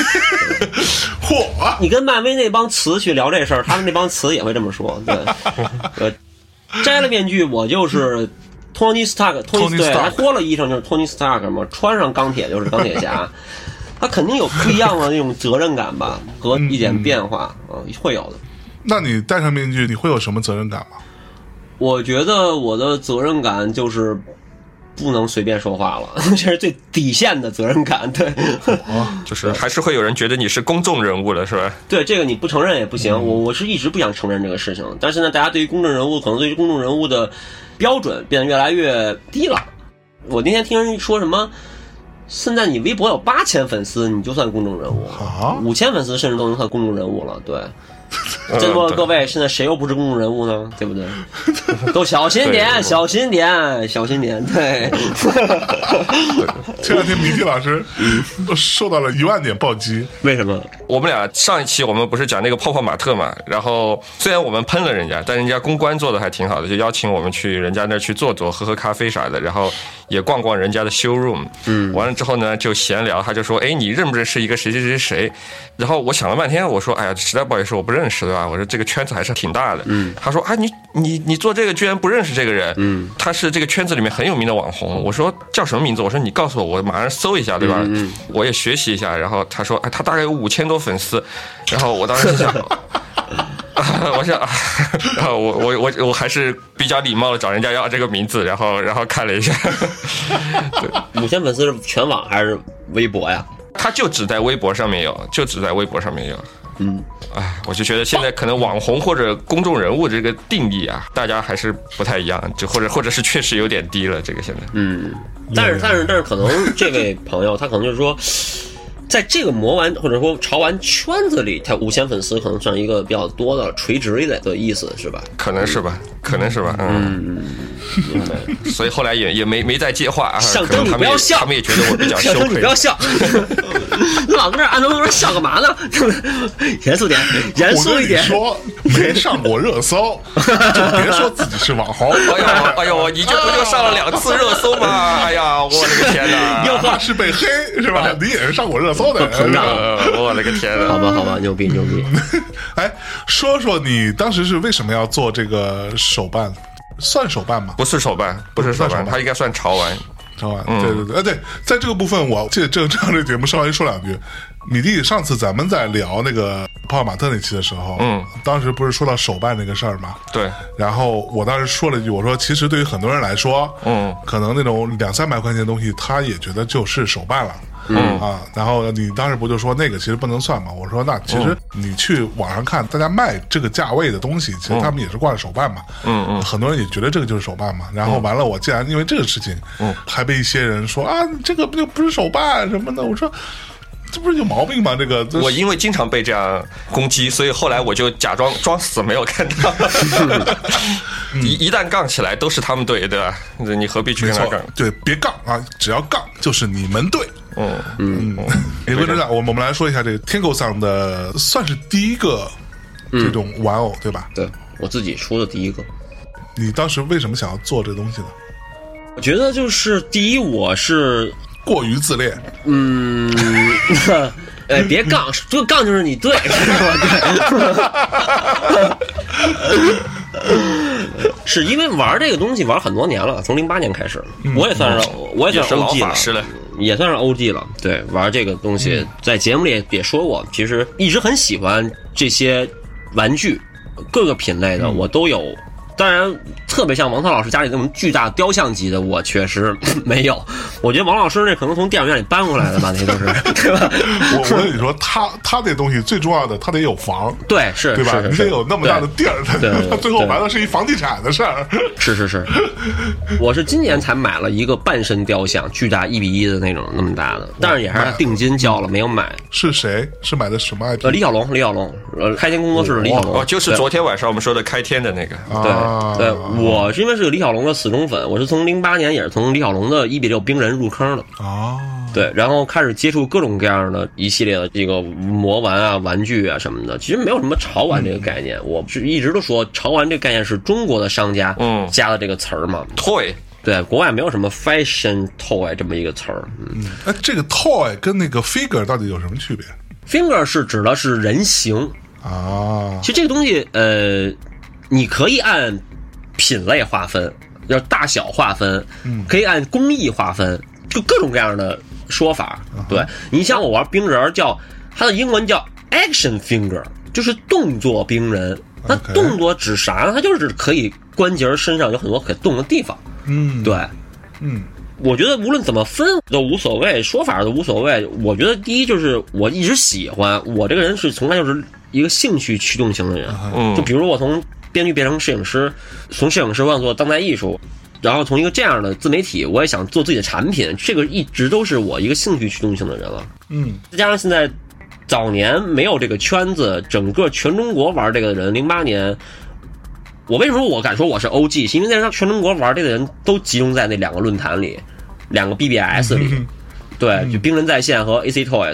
嚯！ 你跟漫威那帮词去聊这事儿，他们那帮词也会这么说。对，呃，摘了面具，我就是托尼·斯塔克，托尼对，他脱了衣裳就是托尼·斯塔克嘛，穿上钢铁就是钢铁侠。他肯定有不一样的那种责任感吧，和一点变化啊、嗯，会有的。 那你戴上面具，你会有什么责任感吗？ 我觉得我的责任感就是不能随便说话了，这是最底线的责任感。对， 哦，就是还是会有人觉得你是公众人物了，是吧？ 对，这个你不承认也不行。我我是一直不想承认这个事情，但是现在大家对于公众人物，可能对于公众人物的标准变得越来越低了。我那天听人说什么，现在你微博有八千粉丝，你就算公众人物啊， 五千粉丝甚至都能算公众人物了。对，在座的各位，现在谁又不是公众人物呢？对不对？都小心点，小心点，小心点。对。 前两天谜题老师受到了一万点暴击， 为什么？ 我们俩上一期我们不是讲那个泡泡玛特嘛，然后虽然我们喷了人家，但人家公关做的还挺好的，就邀请我们去人家那儿去坐坐，喝喝咖啡啥的，然后也逛逛人家的 showroom。嗯，完了之后呢，就闲聊，他就说，哎，你认不认识一个谁谁谁谁？然后我想了半天，我说，哎呀，实在不好意思，我不认识，对吧？我说这个圈子还是挺大的。嗯，他说，啊，你你你做这个居然不认识这个人？嗯，他是这个圈子里面很有名的网红。我说叫什么名字？我说你告诉我，我马上搜一下，对吧？嗯，我也学习一下。然后他说，哎，他大概有五千多粉丝。然后我当时想，我想，然后我我我我还是比较礼貌的找人家要这个名字，然后然后看了一下， 对，五千粉丝是全网还是微博呀？ 他就只在微博上面有，就只在微博上面有。嗯，哎，我就觉得现在可能网红或者公众人物这个定义啊，大家还是不太一样，就或者或者是确实有点低了，这个现在。嗯， 但是但是但是可能这位朋友他可能就是说，在这个魔玩或者说潮玩圈子里，他五千粉丝可能算一个比较多的垂直一点的意思，是吧？ 可能是吧，可能是吧，嗯。嗯，所以后来也也没没再接话啊。 象征你不要笑， 他们也觉得我比较羞愧。 你不要笑，你老跟这按头说笑干嘛呢？严肃点，严肃一点。 说没上过热搜，就别说自己是网红。 哎呦哎呦，你这不就上了两次热搜吗？哎呀，我的个天哪！ 要怕是被黑是吧？你也是上过热搜的人， 膨胀。 我的个天哪！ 好吧好吧，牛逼牛逼。 哎，说说你当时是为什么要做这个手办？算手办吗？ 不是手办，不是手办，它应该算潮玩。 潮玩，对对对，啊对，在这个部分，我记得这这样的节目稍微说两句。米蒂，上次咱们在聊那个泡泡玛特那期的时候，嗯，当时不是说到手办那个事儿吗？ 对。 然后我当时说了一句，我说其实对于很多人来说，嗯，可能那种两三百块钱的东西，他也觉得就是手办了。嗯啊，然后你当时不就说那个其实不能算吗？我说那其实你去网上看，大家卖这个价位的东西，其实他们也是挂着手办嘛。嗯嗯，很多人也觉得这个就是手办嘛。然后完了，我竟然因为这个事情，嗯，还被一些人说啊，这个不就不是手办什么的。我说这不是有毛病吗？这个我因为经常被这样攻击，所以后来我就假装装死没有看到。一一旦杠起来，都是他们对，对吧？你何必去跟他杠？ 对，别杠啊！只要杠就是你们对。嗯嗯，也不是这样。我们我们来说一下这个天狗桑的，算是第一个这种玩偶，对吧？ 对，我自己出的第一个。 你当时为什么想要做这个东西呢？ 我觉得就是第一，我是过于自恋。 嗯，哎，别杠，这个杠就是你对，是吧？是因为玩这个东西玩很多年了，从零八年开始，我也算是我也算是 O G 了，也算是 O G 了。对，玩这个东西，在节目里也说过，其实一直很喜欢这些玩具，各个品类的我都有。当然，特别像王涛老师家里那种巨大雕像级的，我确实没有。我觉得王老师那可能从电影院里搬过来的吧，那都是，对吧？ 我我跟你说，他他那东西最重要的，他得有房， 对，是， 对吧？ 是是你得有那么大的地儿，他最后完了是一房地产的事儿。 是是是，我是今年才买了一个半身雕像，巨大一比一的那种，那么大的，但是也还是定金交了，没有买。 是谁？是买的什么 I P？ 呃，李小龙，李小龙，呃，开天工作室的李小龙， 哦，就是昨天晚上我们说的开天的那个， 对。对，我是因为是个李小龙的死忠粉，我是从零八年也是从李小龙的一比六冰人入坑的哦，对，然后开始接触各种各样的一系列的这个魔玩啊、玩具啊什么的。其实没有什么潮玩这个概念，我是一直都说潮玩这个概念是中国的商家嗯加的这个词儿嘛 ，toy。 对，国外没有什么 fashion toy 这么一个词儿。 嗯，哎，这个 toy 跟那个 figure 到底有什么区别 ？figure 是指的是人形啊，其实这个东西呃，你可以按品类划分，要大小划分，嗯，可以按工艺划分，就各种各样的说法。Uh-huh. 对，你像我玩冰人，叫它的英文叫 action figure， 就是动作冰人。那动作指啥呢？它就是可以关节身上有很多可动的地方。嗯，对，嗯，我觉得无论怎么分都无所谓，说法都无所谓。我觉得第一就是我一直喜欢，我这个人是从来就是一个兴趣驱动型的人。嗯，就比如我从编剧变成摄影师，从摄影师我想做当代艺术，然后从一个这样的自媒体，我也想做自己的产品，这个一直都是我一个兴趣驱动性的人了。嗯，再加上现在早年没有这个圈子，整个全中国玩这个的人，零八年，我为什么我敢说我是 O G， 是因为那时候全中国玩这个人都集中在那两个论坛里，两个 B B S 里，嗯、对，就冰人在线和 A C Toys。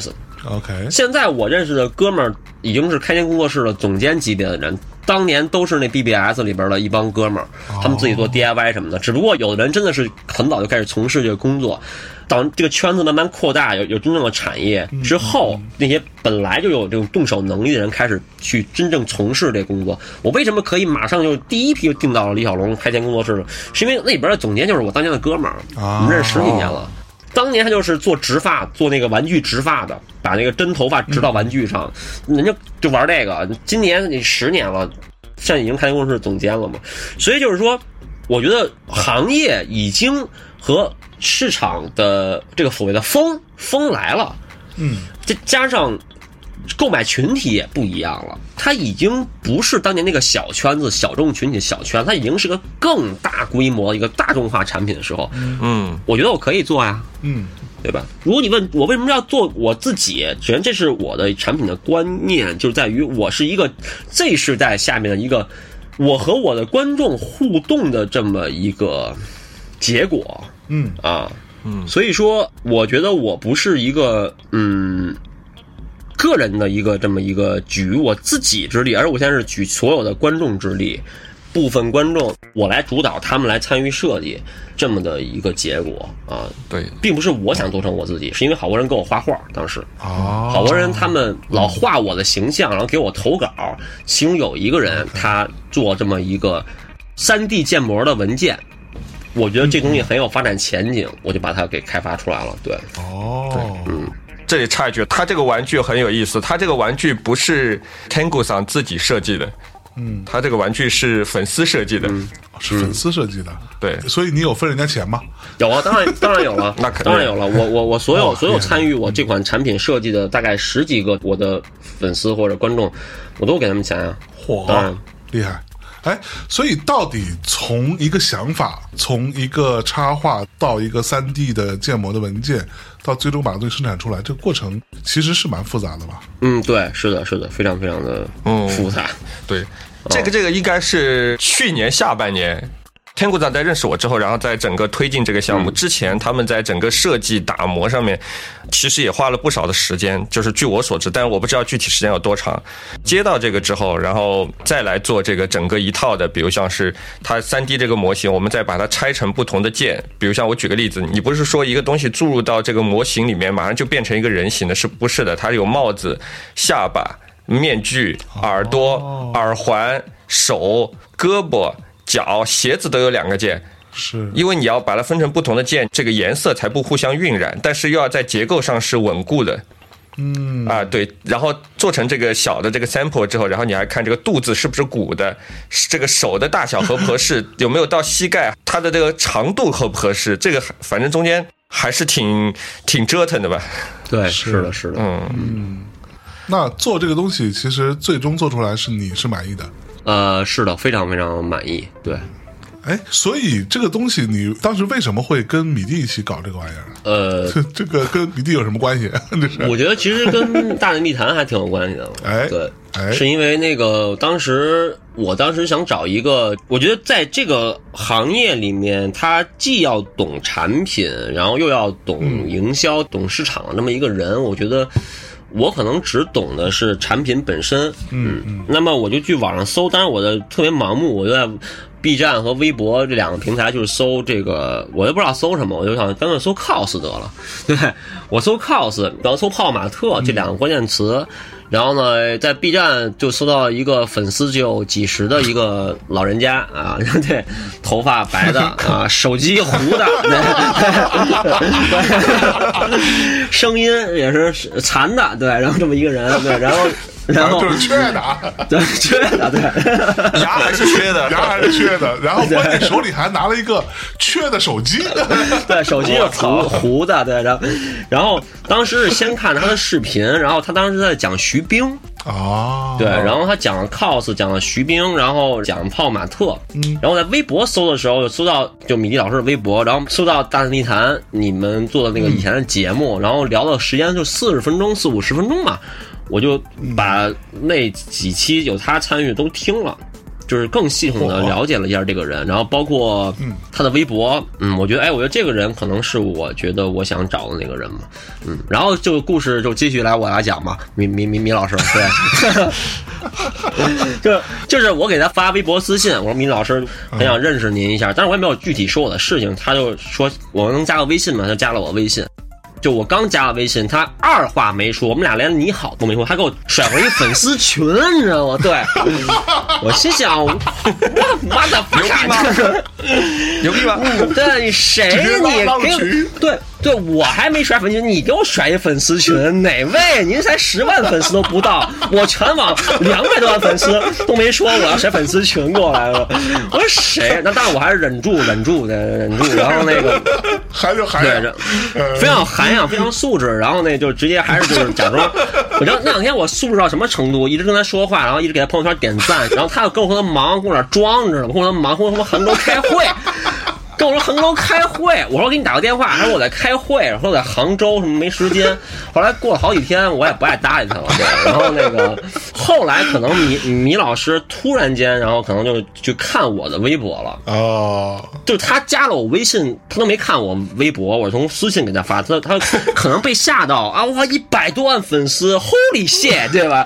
OK， 现在我认识的哥们儿已经是开间工作室的总监级别的人，当年都是那 B B S 里边的一帮哥们儿，他们自己做 D I Y 什么的。只不过有的人真的是很早就开始从事这个工作，当这个圈子慢慢扩大，有有真正的产业之后，那些本来就有这种动手能力的人开始去真正从事这工作。我为什么可以马上就第一批就订到了李小龙开间工作室呢？是因为那里边的总监就是我当年的哥们儿，我们认识十几年了。当年他就是做植发，做那个玩具植发的，把那个真头发植到玩具上，嗯、人家就玩这个。今年你十年了，现在已经开工作室总监了嘛。所以就是说，我觉得行业已经和市场的这个所谓的风风来了， 嗯， 再加上购买群体也不一样了，它已经不是当年那个小圈子、小众群体、小圈，它已经是个更大规模、一个大众化产品的时候，嗯，我觉得我可以做呀， 嗯， 对吧？如果你问我为什么要做我自己，首先这是我的产品的观念，就是在于我是一个 Z 世代下面的一个我和我的观众互动的这么一个结果， 嗯啊，嗯，所以说我觉得我不是一个嗯。个人的一个这么一个举我自己之力，而我现在是举所有的观众之力，部分观众我来主导，他们来参与设计，这么的一个结果啊。 对， 并不是我想做成我自己，是因为好多人给我画画，当时哦， 好多人他们老画我的形象，然后给我投稿，其中有一个人他做这么一个 三 D 建模的文件。我觉得这东西很有发展前景，我就把它给开发出来了。对， 哦， 对，嗯。 这里插一句，他这个玩具很有意思，他这个玩具不是 Tengu 桑自己设计的，嗯，他这个玩具是粉丝设计的， 嗯、 是粉丝设计的， 对， 所以你有分人家钱吗？ 有啊，当然当然有了， 那肯定当然有了。我我我所有、 哦、 所有参与我这款产品设计的大概十几个我的粉丝或者观众，我都给他们钱啊， 嚯， 当然厉害。哎，所以到底从一个想法，从一个插画到一个 三 D 的建模的文件，到最终把东西生产出来，这个过程其实是蛮复杂的吧？ 嗯，对，是的，是的，非常非常的复杂。 嗯、对，这个这个应该是去年下半年。天谷长在认识我之后，然后在整个推进这个项目之前，他们在整个设计打磨上面，其实也花了不少的时间。就是据我所知，但是我不知道具体时间有多长。接到这个之后，然后再来做这个整个一套的，比如像是它 三 D 这个模型，我们再把它拆成不同的件。比如像我举个例子，你不是说一个东西注入到这个模型里面，马上就变成一个人形的，是不是的？它有帽子、下巴、面具、耳朵、耳环、手、胳膊。脚、鞋子都有两个键， 是因为你要把它分成不同的键，这个颜色才不互相晕染，但是又要在结构上是稳固的。 嗯啊，对，然后做成这个小的这个 sample 之后，然后你还看这个肚子是不是鼓的，这个手的大小合不合适，有没有到膝盖，它的这个长度合不合适，这个反正中间还是挺挺折腾的吧？ 对，是的，是的， 嗯嗯。那做这个东西，其实最终做出来是你是满意的。 呃，是的，非常非常满意。对， 哎，所以这个东西你当时为什么会跟米蒂一起搞这个玩意儿？ 呃， 这个跟米蒂有什么关系？ 我觉得其实跟大内密谈还挺有关系的。 哎， 对， 哎， 是因为那个当时我当时想找一个，我觉得在这个行业里面，他既要懂产品，然后又要懂营销、嗯、懂市场的这么一个人，我觉得。我可能只懂的是产品本身， 嗯嗯， 那么我就去网上搜，当然我的特别盲目，我就在 B 站和微博这两个平台就是搜这个，我也不知道搜什么，我就想干脆搜 cos 得了，对，我搜 cos，然后搜泡玛特这两个关键词。嗯，然后呢，在 B 站就搜到一个粉丝只有几十的一个老人家啊，对，头发白的啊，手机糊的，对，声音也是残的，对，然后这么一个人，对，然后。然后就是缺的， 对，缺的，对， 牙还是缺的， 牙还是缺的，然后关键手里还拿了一个缺的手机， 对，手机是糊糊的，对，然后，然后当时是先看他的视频，然后他当时在讲徐冰。 哦， 对，然后他讲了 cos， 讲了徐冰，然后讲泡玛特， 嗯， 然后在微博搜的时候，搜到就米蒂老师的微博，然后搜到大内密谈你们做的那个以前的节目，嗯、然后聊的时间就四十分钟、四五十分钟嘛，我就把那几期有他参与都听了。 就是更系统的了解了一下这个人，然后包括他的微博，嗯，我觉得哎，我觉得这个人可能是我觉得我想找的那个人嘛，嗯，然后这个故事就继续来我来讲嘛，米米米米老师，对，就就是我给他发微博私信，我说米老师很想认识您一下，但是我也没有具体说我的事情，他就说我能加个微信吗？他就加了我微信。就我刚加了微信，他二话没说，我们俩连你好都没说，他给我甩回一粉丝群，你知道吗？对，我心想，我妈的， 牛逼吗？牛逼吗？ 嗯，对，你谁你给我对。对，我还没甩粉丝群，你给我甩一粉丝群，哪位？您才十万粉丝都不到，我全网两百多万粉丝都没说我要甩粉丝群过来了。我说谁？那但是我还是忍住，忍住的，忍住。然后那个还有涵养， 对，非常涵养，非常素质。然后那就直接还是就是假装，我知道那两天我素质到什么程度，一直跟他说话，然后一直给他朋友圈点赞，然后他又跟我说他忙，跟我那装着呢，跟我说忙，跟我说杭州开会。跟我说杭州开会，我说给你打个电话，他说我在开会，然后在杭州什么没时间。后来过了好几天，我也不爱搭理他了。对，然后那个后来可能米米老师突然间，然后可能就去看我的微博了。 哦， 就他加了我微信，他都没看我微博，我从私信给他发，他他可能被吓到啊！哇，一百多万粉丝 ，Holy shit， 对吧？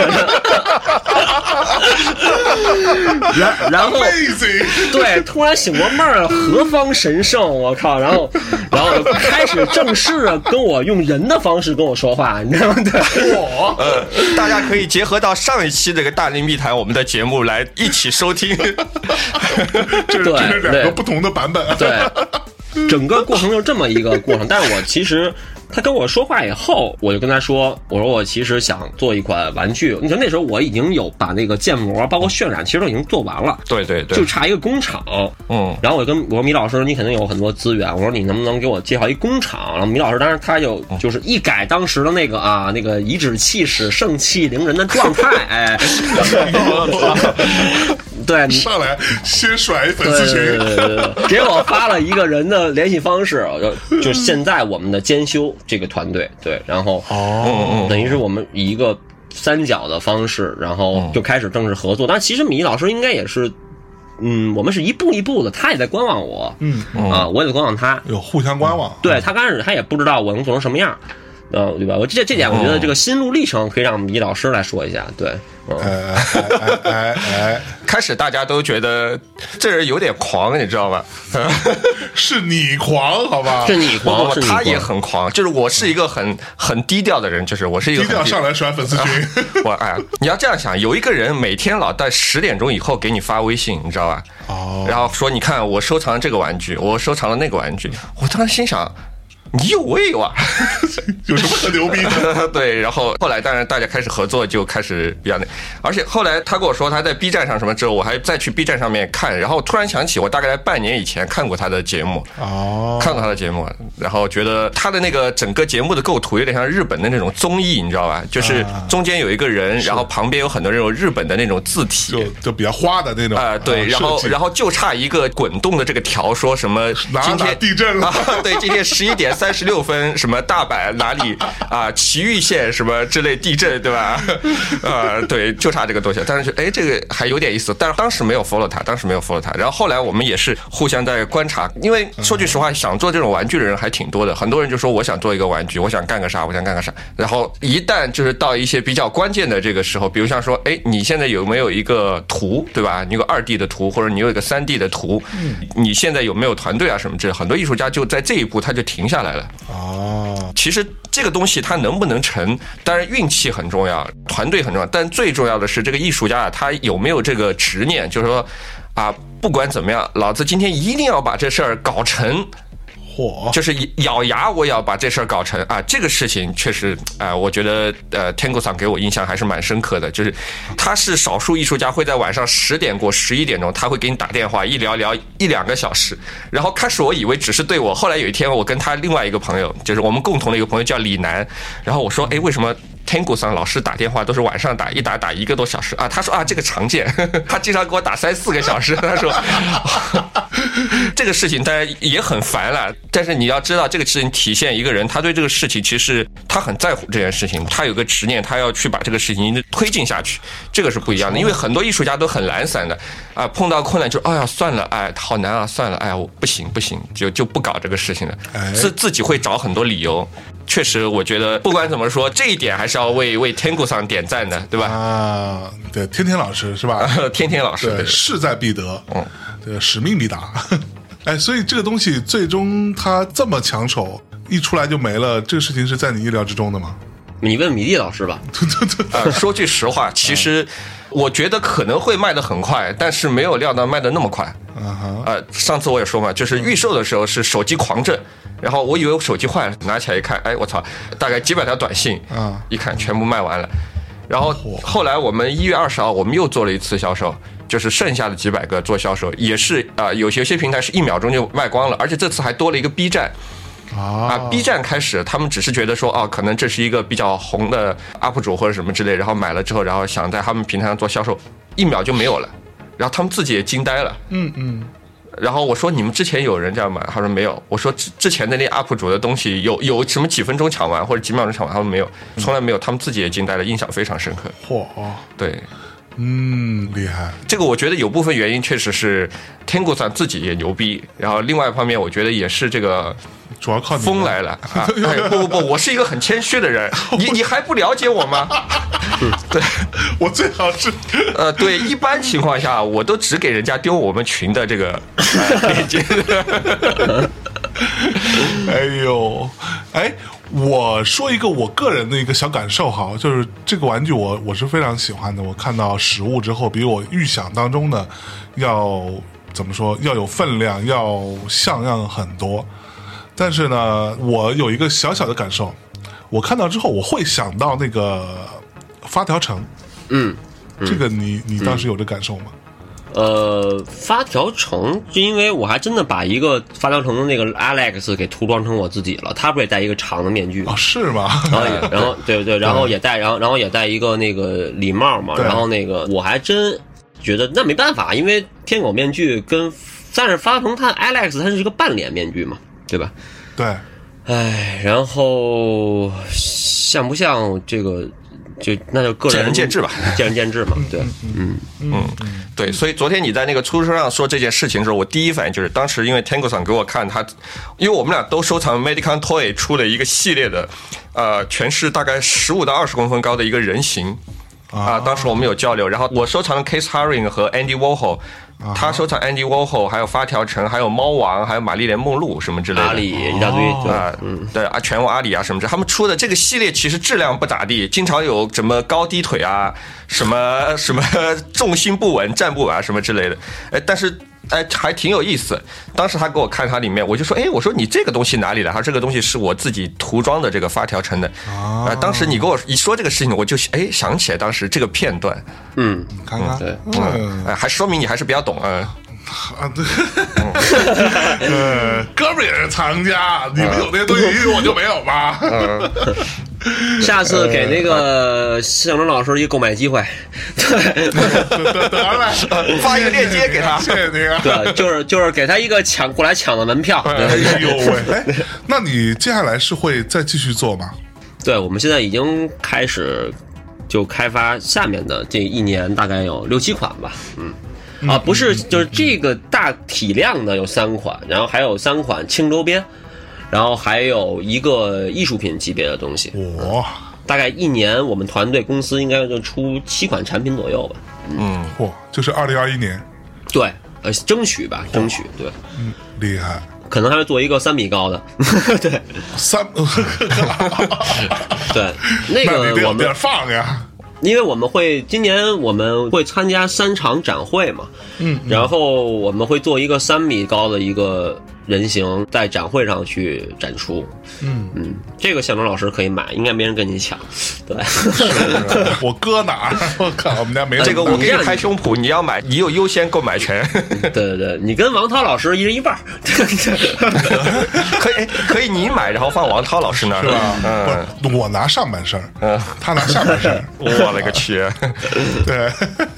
然然后对，突然醒过闷儿，何方神圣？我靠！然后然后开始正式跟我用人的方式跟我说话，你知道吗？对， 我呃，大家可以结合到上一期这个大内密谈我们的节目来一起收听， 这这是两个不同的版本。 对，整个过程就这么一个过程。但是我其实。他跟我说话以后，我就跟他说：“我说我其实想做一款玩具。你说那时候我已经有把那个建模，包括渲染，其实都已经做完了。 对对对， 就差一个工厂。嗯，然后我跟我说米老师，你肯定有很多资源，我说你能不能给我介绍一工厂？然后米老师当时他就就是一改当时的那个啊那个颐指气使、盛气凌人的状态，哎，对， 上来先甩一粉丝群， 对对对对，给我发了一个人的联系方式，就就现在我们的监修。”这个团队对，然后哦， 等于是我们以一个三角的方式，然后就开始正式合作。但其实米老师应该也是，嗯，我们是一步一步的，他也在观望我， 嗯啊，我也在观望他， 有互相观望。 对，他刚开始他也不知道我能做成什么样，呃，对吧？我这这点我觉得这个心路历程可以让米老师来说一下，对。 哎哎哎哎！ 开始大家都觉得这人有点狂，你知道吗？ 是你狂，好吧？ 是你狂，是你狂他也很狂。就是我是一个很很低调的人，就是我是一个低调上来甩粉丝群。 我哎，你要这样想，有一个人每天老在十点钟以后给你发微信，你知道吧？ 哦。 然后说你看我收藏了这个玩具，我收藏了那个玩具，我当时心想。你有味哇， 有什么可牛逼的？ 对，然后后来当然大家开始合作，就开始比较那，而且后来他跟我说他在 B 站上什么之后，我还再去 B 站上面看，然后突然想起我大概在半年以前看过他的节目， 哦， 看过他的节目，然后觉得他的那个整个节目的构图有点像日本的那种综艺，你知道吧？就是中间有一个人，然后旁边有很多那种日本的那种字体， 就就比较花的那种啊、呃，对，然后然后就差一个滚动的这个条，说什么今天地震了， 啊、对，今天十一点。三十六分，什么大阪哪里啊，埼玉县什么之类地震，对吧？呃，对，就差这个东西。但是，哎，这个还有点意思。但是当时没有 follow 他，当时没有 follow 他。然后后来我们也是互相在观察，因为说句实话，想做这种玩具的人还挺多的。很多人就说我想做一个玩具，我想干个啥，我想干个啥。然后一旦就是到一些比较关键的这个时候，比如像说，哎，你现在有没有一个图，对吧？你有个二 D 的图，或者你有一个三 D 的图，你现在有没有团队啊什么之类的？很多艺术家就在这一步他就停下来了。 哦， 其实这个东西它能不能成，当然运气很重要，团队很重要，但最重要的是这个艺术家啊，他有没有这个执念，就是说啊，不管怎么样，老子今天一定要把这事儿搞成。就是咬牙我也要把这事儿搞成啊！这个事情确实啊、呃，我觉得呃 Tango-san 给我印象还是蛮深刻的。就是他是少数艺术家会在晚上十点过十一点钟，他会给你打电话一聊聊一两个小时。然后开始我以为只是对我，后来有一天我跟他另外一个朋友，就是我们共同的一个朋友叫李楠，然后我说，哎，为什么Tango-san老师打电话都是晚上打，一打打一个多小时啊？他说啊，这个常见，他经常给我打三四个小时。他说， 这个事情当然也很烦了，但是你要知道，这个事情体现一个人他对这个事情其实他很在乎这件事情，他有个执念，他要去把这个事情推进下去，这个是不一样的。因为很多艺术家都很懒散的啊，碰到困难就哎呀算了，哎好难啊，算了，哎呀我不行不行，就就不搞这个事情了，自自己会找很多理由。确实，我觉得不管怎么说，这一点还是要为为天狗上点赞的，对吧？ 啊，对，天天老师是吧？ 天天老师， 对，势在必得，嗯，对，使命必达。哎，所以这个东西最终它这么抢手，一出来就没了，这个事情是在你意料之中的吗？ 你问米蒂老师吧。 呃，说句实话，其实我觉得可能会卖得很快，但是没有料到卖得那么快。 Uh-huh. 呃，上次我也说嘛，就是预售的时候是手机狂震，然后我以为我手机坏了，拿起来一看，哎，我操，大概几百条短信， 啊， 一看全部卖完了。然后后来我们一月二十号我们又做了一次销售，就是剩下的几百个做销售，也是啊、呃，有些些平台是一秒钟就卖光了，而且这次还多了一个 B 站。啊 ，B 站开始，他们只是觉得说，哦，可能这是一个比较红的 U P 主或者什么之类，然后买了之后，然后想在他们平台上做销售，一秒就没有了，然后他们自己也惊呆了。 嗯嗯。 然后我说你们之前有人这样买？他说没有。我说之之前的那 U P 主的东西有有什么几分钟抢完或者几秒钟抢完？他们没有，从来没有，他们自己也惊呆了，印象非常深刻。 嚯， 对。 嗯，厉害。这个我觉得有部分原因确实是天狗桑自己也牛逼，然后另外一方面我觉得也是这个主要靠你风来了啊！哎，不不不，我是一个很谦虚的人，你你还不了解我吗？对， 我最好是呃，对，一般情况下我都只给人家丢我们群的这个呃链接。 哎呦，哎。我说一个我个人的一个小感受哈，就是这个玩具我我是非常喜欢的。我看到实物之后，比我预想当中的要怎么说，要有分量，要像样很多。但是呢，我有一个小小的感受，我看到之后我会想到那个发条城。 嗯， 嗯这个你你当时有这感受吗？ 呃，发条城，就因为我还真的把一个发条城的那个 Alex 给涂装成我自己了，他不是也戴一个长的面具哦，是吗？ 然后也，然后对对，然后也戴，然后然后也戴一个那个礼帽嘛，然后那个我还真觉得那没办法，因为天狗面具跟但是发条城它 Alex 它是一个半脸面具嘛，对吧？ 对。 哎，然后像不像这个？就那就个人见仁见智吧， 见仁见智嘛，对，嗯嗯嗯，对。所以昨天你在那个出租车上说这件事情的时候，我第一反应就是，当时因为 Tango 桑给我看他，因为我们俩都收藏 Medicon Toy 出了一个系列的，呃，全是大概十五到二十公分高的一个人形啊。当时我们有交流，然后我收藏了 Keith Haring 和 Andy Warhol。他收藏 Andy Warhol， 还有发条城，还有猫王，还有玛丽莲梦露什么之类的， 阿里一大堆，对啊，嗯，对啊，拳王阿里啊什么之类的，他们出的这个系列其实质量不咋地，经常有什么高低腿啊，什么什么重心不稳、站不稳啊什么之类的，哎，但是。哎，还挺有意思。当时他给我看它里面，我就说，哎，我说你这个东西哪里来？他说这个东西是我自己涂装的这个发条城的。啊、呃，当时你给我一说这个事情，我就哎想起来当时这个片段。 嗯， 看看， 对， 嗯，哎，还说明你还是比较懂啊。 啊，对，呃，哥们也是藏家，你们有那些东西，我就没有吧？ 嗯下次给那个向荣老师一个购买机会，对， 得了， 发一个链接给他， 谢谢你啊。 对，就是就是给他一个抢过来抢的门票。 哎呦喂，哎，那你接下来是会再继续做吗？ 对，我们现在已经开始就开发下面的这一年大概有六七款吧，嗯，啊，不是，就是这个大体量的有三款，然后还有三款轻周边。然后还有一个艺术品级别的东西， 哇！ 大概一年我们团队公司应该就出七款产品左右吧。 嗯， 嚯，就是二零二一年。 对，呃，争取吧，争取。对， 嗯，厉害。 可能还会做一个三米高的。对， 三。 对，那个我们放呀。 因为我们会今年我们会参加三场展会嘛， 嗯， 然后我们会做一个三米高的一个人形在展会上去展出， 嗯嗯，这个向荣老师可以买，应该没人跟你抢，对， 我搁哪儿？我靠，我们家没这个，我给你拍胸脯，你要买，你有优先购买权。 对对对，你跟王涛老师一人一半， 可以可以，你买然后放王涛老师那儿是吧？ 嗯， 不，我拿上半身，嗯，他拿下半身。 我勒个去！ 对，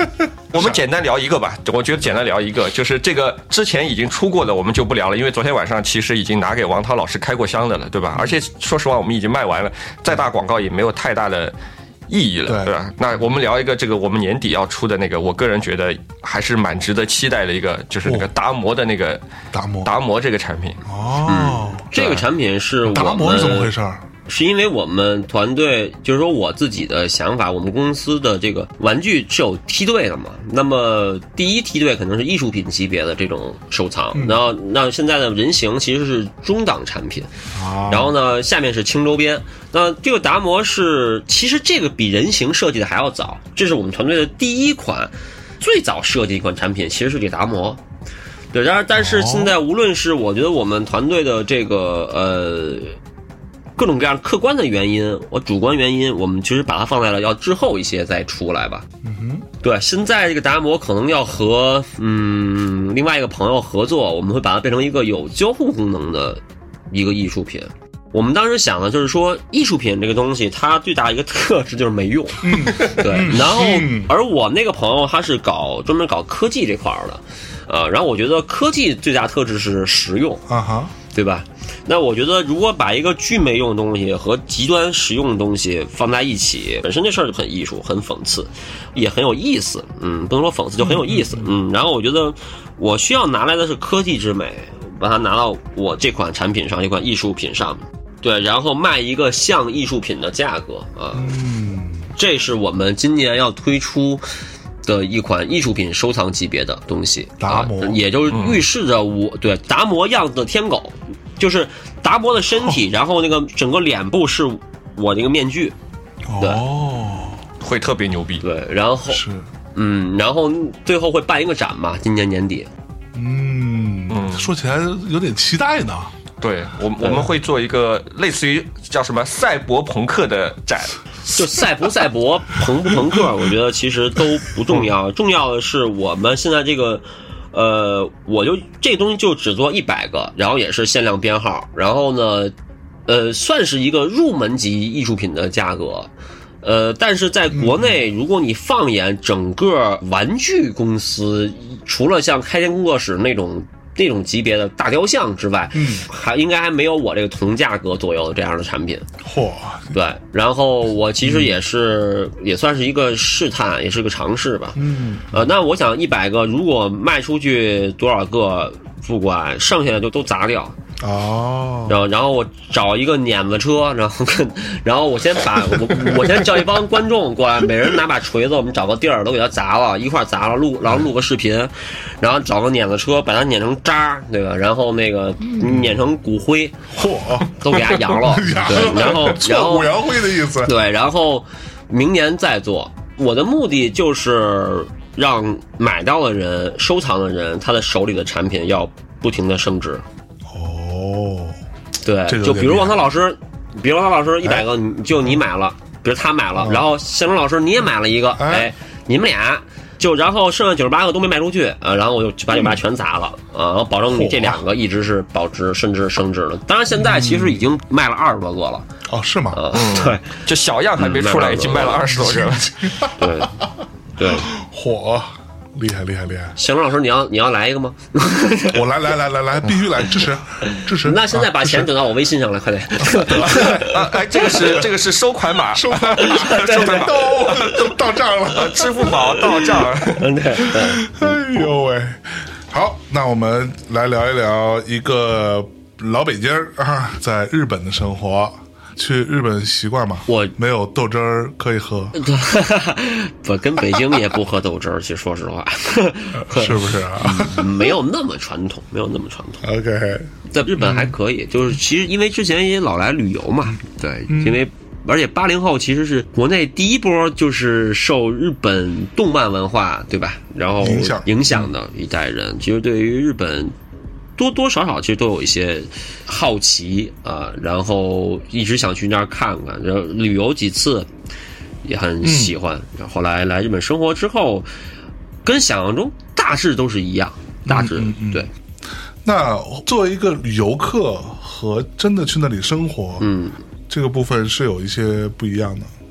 我们简单聊一个吧，我觉得简单聊一个，就是这个之前已经出过的我们就不聊了，因为昨天晚上其实已经拿给王涛老师开过箱的了，对吧？而且说实话我们已经卖完了，再大广告也没有太大的意义了， 对, 对吧？那我们聊一个这个我们年底要出的那个，我个人觉得还是蛮值得期待的一个，就是那个达摩的那个达摩达摩这个产品。 哦， 嗯、这个产品是我们达摩是怎么回事？ 是因为我们团队，就是说我自己的想法，我们公司的这个玩具是有梯队的嘛。那么第一梯队可能是艺术品级别的这种收藏，嗯、然后那现在的人形其实是中档产品，啊、然后呢下面是轻周边。那这个达摩是，其实这个比人形设计的还要早，这是我们团队的第一款最早设计一款产品，其实是这达摩。对，然而但是现在无论是我觉得我们团队的这个呃。各种各样客观的原因，我主观原因，我们其实把它放在了要之后一些再出来吧。嗯哼，对，现在这个达摩可能要和嗯另外一个朋友合作，我们会把它变成一个有交互功能的一个艺术品。我们当时想的就是说，艺术品这个东西，它最大一个特质就是没用。嗯、对，然后而我那个朋友他是搞专门搞科技这块的，呃，然后我觉得科技最大特质是实用。啊哈。对吧？那我觉得，如果把一个巨没用的东西和极端实用的东西放在一起，本身这事儿就很艺术、很讽刺，也很有意思。嗯，不能说讽刺，就很有意思。嗯，然后我觉得我需要拿来的是科技之美，把它拿到我这款产品上，这款艺术品上，对，然后卖一个像艺术品的价格啊。嗯，这是我们今年要推出的一款艺术品收藏级别的东西， 达摩， 啊、也就是预示着我、嗯、对达摩样子的天狗，就是达摩的身体，哦、然后那个整个脸部是我这个面具，对， 哦，会特别牛逼， 对，然后是， 嗯，然后最后会办一个展嘛，今年年底， 嗯嗯，说起来有点期待呢。 对，我我们会做一个类似于叫什么赛博朋克的展。 就赛不赛博朋不朋克，我觉得其实都不重要，重要的是我们现在这个，呃，我就这东西就只做一百个，然后也是限量编号，然后呢，呃，算是一个入门级艺术品的价格，呃，但是在国内，如果你放眼整个玩具公司，除了像开天工作室那种。那种级别的大雕像之外，嗯，还应该还没有我这个同价格左右的这样的产品。 嚯， 对，然后我其实也是、嗯、也算是一个试探，也是个尝试吧。嗯，呃，那我想一百个，如果卖出去多少个不管，剩下的就都砸掉。 哦， 然后然后我找一个碾子车，然后然后我先把我我先叫一帮观众过来，每人拿把锤子，我们找个地儿都给它砸了，一块砸了录，然后录个视频，然后找个碾子车把它碾成渣，对吧？然后那个碾成骨灰， 嚯， 都给它扬了，对，然后然后骨扬灰的意思， 对，然后明年再做。我的目的就是让买到的人、收藏的人，他的手里的产品要不停的升值。 哦， 对， 这个、 就比如王涛老师，比如王涛老师一百个，你就你买了，比如他买了，然后向荣老师你也买了一个，哎，哎你们俩就然后剩下九十八个都没卖出去，呃，然后我就把九十八全砸了，啊、呃，保证你这两个一直是保值甚至升值的。当然现在其实已经卖了二十多个了。 哦，是吗？ 呃、嗯，对， 就小样还没出来，已经卖了二十多个了。 对，对， 火。厉害厉害厉害！ 向荣老师，你要你要来一个吗？ 我来来来来来，必须来支持支持。 那现在把钱转到我微信上来，快点！ 啊，哎，这个是这个是收款码， 收款码，收款码都都到账了， 支付宝到账。 嗯，对。 哎呦喂！好，那我们来聊一聊一个老北京啊，在日本的生活。去日本习惯吗？ 我没有豆汁儿可以喝， 不跟北京也不喝豆汁儿，其实说实话， 是不是啊？ 嗯、没有那么传统，没有那么传统。 OK， 在日本还可以，嗯、就是其实因为之前也老来旅游嘛，对，嗯、因为而且八零后其实是国内第一波就是受日本动漫文化对吧，然后影响影响的一代人，其实对于日本。多多少少其实都有一些好奇啊、呃，然后一直想去那儿看看，然后旅游几次也很喜欢。嗯、然后后来来日本生活之后，跟想象中大致都是一样，大致、嗯嗯、对。 那作为一个旅游客和真的去那里生活，嗯，这个部分是有一些不一样的。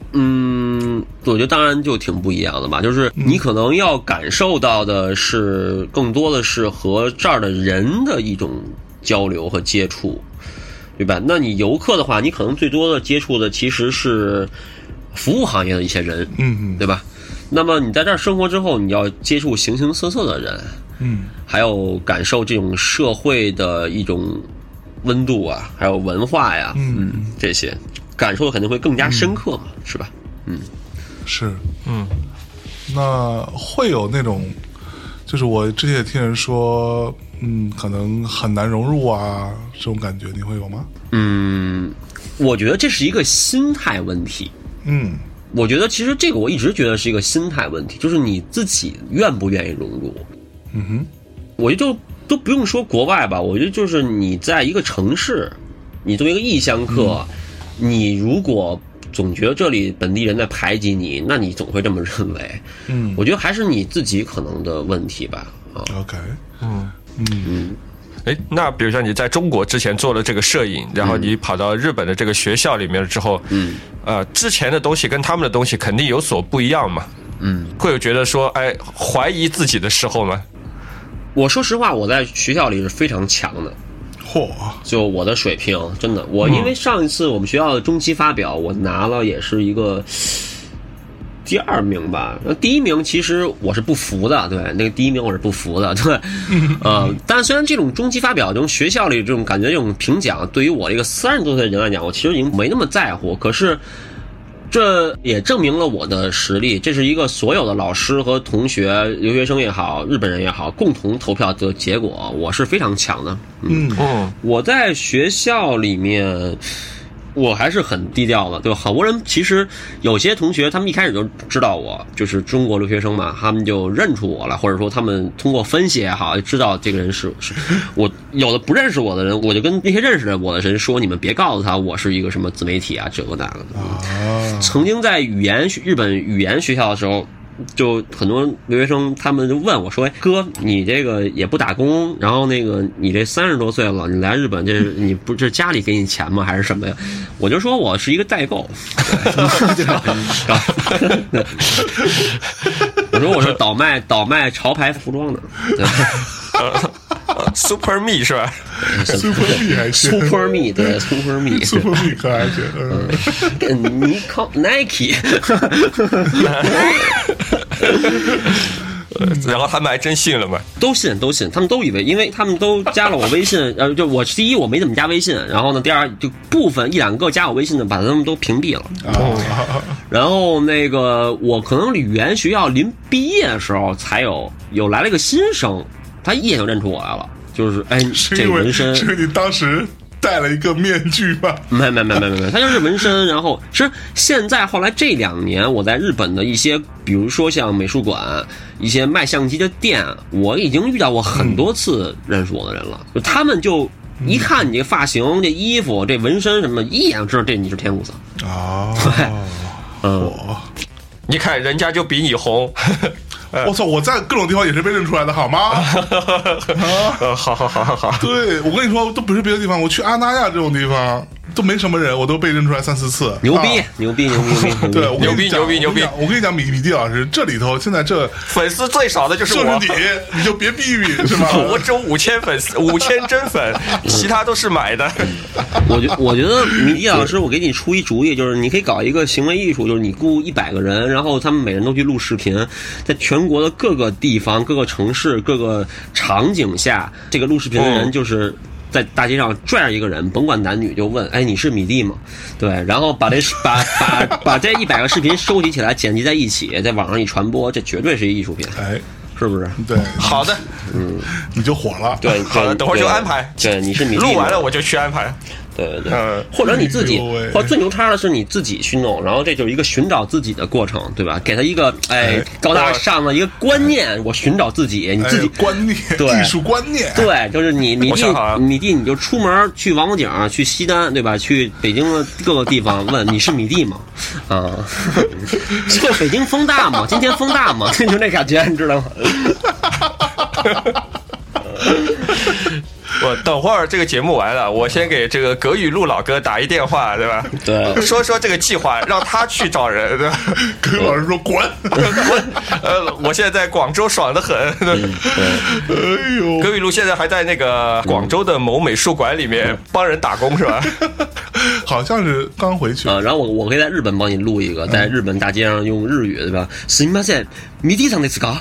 嗯，我觉得当然就挺不一样的吧，就是你可能要感受到的是更多的是和这儿的人的一种交流和接触，对吧？那你游客的话，你可能最多的接触的其实是服务行业的一些人， 嗯， 对吧？那么你在这儿生活之后，你要接触形形色色的人， 嗯， 还有感受这种社会的一种温度啊，还有文化呀，嗯，这些感受的肯定会更加深刻嘛，嗯、是吧？嗯， 是，嗯，那会有那种，就是我之前也听人说，嗯，可能很难融入啊，这种感觉你会有吗？ 嗯，我觉得这是一个心态问题。 嗯， 我觉得其实这个我一直觉得是一个心态问题，就是你自己愿不愿意融入。 嗯哼， 我觉得就都不用说国外吧，我觉得就是你在一个城市，你作为一个异乡客，嗯、你如果总觉得这里本地人在排挤你，那你总会这么认为。 嗯， 我觉得还是你自己可能的问题吧。啊 ，OK， 嗯嗯嗯。 哎，那比如说你在中国之前做了这个摄影，然后你跑到日本的这个学校里面之后，嗯，呃，之前的东西跟他们的东西肯定有所不一样嘛，嗯，会有觉得说，哎，怀疑自己的时候吗？ 我说实话，我在学校里是非常强的。 嚯！ 就我的水平，真的，我因为上一次我们学校的中期发表，我拿了也是一个第二名吧。第一名其实我是不服的，对，那个第一名我是不服的，对，呃，但虽然这种中期发表，这种学校里这种感觉，这种评奖，对于我这个三十多岁的人来讲，我其实已经没那么在乎。可是，这也证明了我的实力，这是一个所有的老师和同学、留学生也好，日本人也好，共同投票的结果，我是非常强的。嗯，嗯我在学校里面，我还是很低调的，对吧？好多人其实有些同学，他们一开始就知道我就是中国留学生嘛，他们就认出我了，或者说他们通过分析也好，知道这个人是是我。有的不认识我的人，我就跟那些认识的我的人说，你们别告诉他我是一个什么自媒体啊，这个那个的。 啊， 曾经在语言日本语言学校的时候，就很多留学生他们就问我说：“哎，哥，你这个也不打工，然后那个你这三十多岁了，你来日本，这是你不是家里给你钱吗？还是什么呀？”我就说我是一个代购，对吧？我说我是倒卖倒卖潮牌服装的，对。 Super Me 是吧 ？Super Me 还行 ，Super Me 对 ，Super Me，Super Me 可还行。 嗯，尼康 Nike， 然后他们还真信了吗？ 都信，都信，他们都以为，因为他们都加了我微信，呃，就我第一我没怎么加微信，然后呢，第二就部分一两个加我微信的，把他们都屏蔽了。哦，然后那个我可能语言学校临毕业的时候才有有来了一个新生。他一眼就认出我来了，就是哎，这纹身是你当时戴了一个面具吗？ 没没没没没没，他就是纹身。然后其实现在后来这两年，我在日本的一些，比如说像美术馆、一些卖相机的店，我已经遇到过很多次认识我的人了。就他们就一看你这发型、这衣服、这纹身什么，一眼就知道这你是天谷桑啊。 嗯， 你看人家就比你红。 我操！我在各种地方也是被认出来的，好吗？啊， 好好好好好。 对，我跟你说，都不是别的地方，我去阿那亚这种地方都没什么人，我都被认出来三四次。 牛逼，牛逼，牛逼，牛逼！ 对， 牛逼，牛逼，牛逼！ 我跟你讲，米米蒂老师，这里头现在这粉丝最少的就是我， 就是你，你就别逼逼是吧？ 我只有五千粉丝，五千真粉，其他都是买的。 我觉我觉得米蒂老师，我给你出一主意，就是你可以搞一个行为艺术，就是你雇一百个人，然后他们每人都去录视频，在全。全国的各个地方、各个城市、各个场景下，这个录视频的人就是在大街上拽着一个人，甭管男女，就问：“哎，你是米蒂吗？”对，然后把这把把把这一百个视频收集起来，剪辑在一起，在网上一传播，这绝对是一艺术品。 哎， 是不是？ 对， 好的， 嗯，你就火了。 对， 好的，等会儿就安排。 对，你是米蒂， 录完了我就去安排。 对对对，嗯，或者你自己，或者最牛叉的是你自己去弄，然后这就是一个寻找自己的过程，对吧？给他一个哎高大上的一个观念，我寻找自己，你自己观念， 对， 艺术观念， 对，就是你米蒂米蒂，你就出门去王府井，去西单，对吧？去北京的各个地方问你是米蒂吗？啊，这北京风大吗？今天风大吗？就那感觉，你知道吗？ 我等会儿这个节目完了，我先给这个葛雨露老哥打一电话，对吧？ 对， 说说这个计划，让他去找人，对吧？ 葛雨老师说滚， 呃，我现在在广州爽得很。 嗯、 哎呦， 葛雨露现在还在那个广州的某美术馆里面帮人打工，是吧？ 好像是刚回去啊。然后我我可以在日本帮你录一个，在日本大街上用日语，对吧？すみません、ミディさんですか？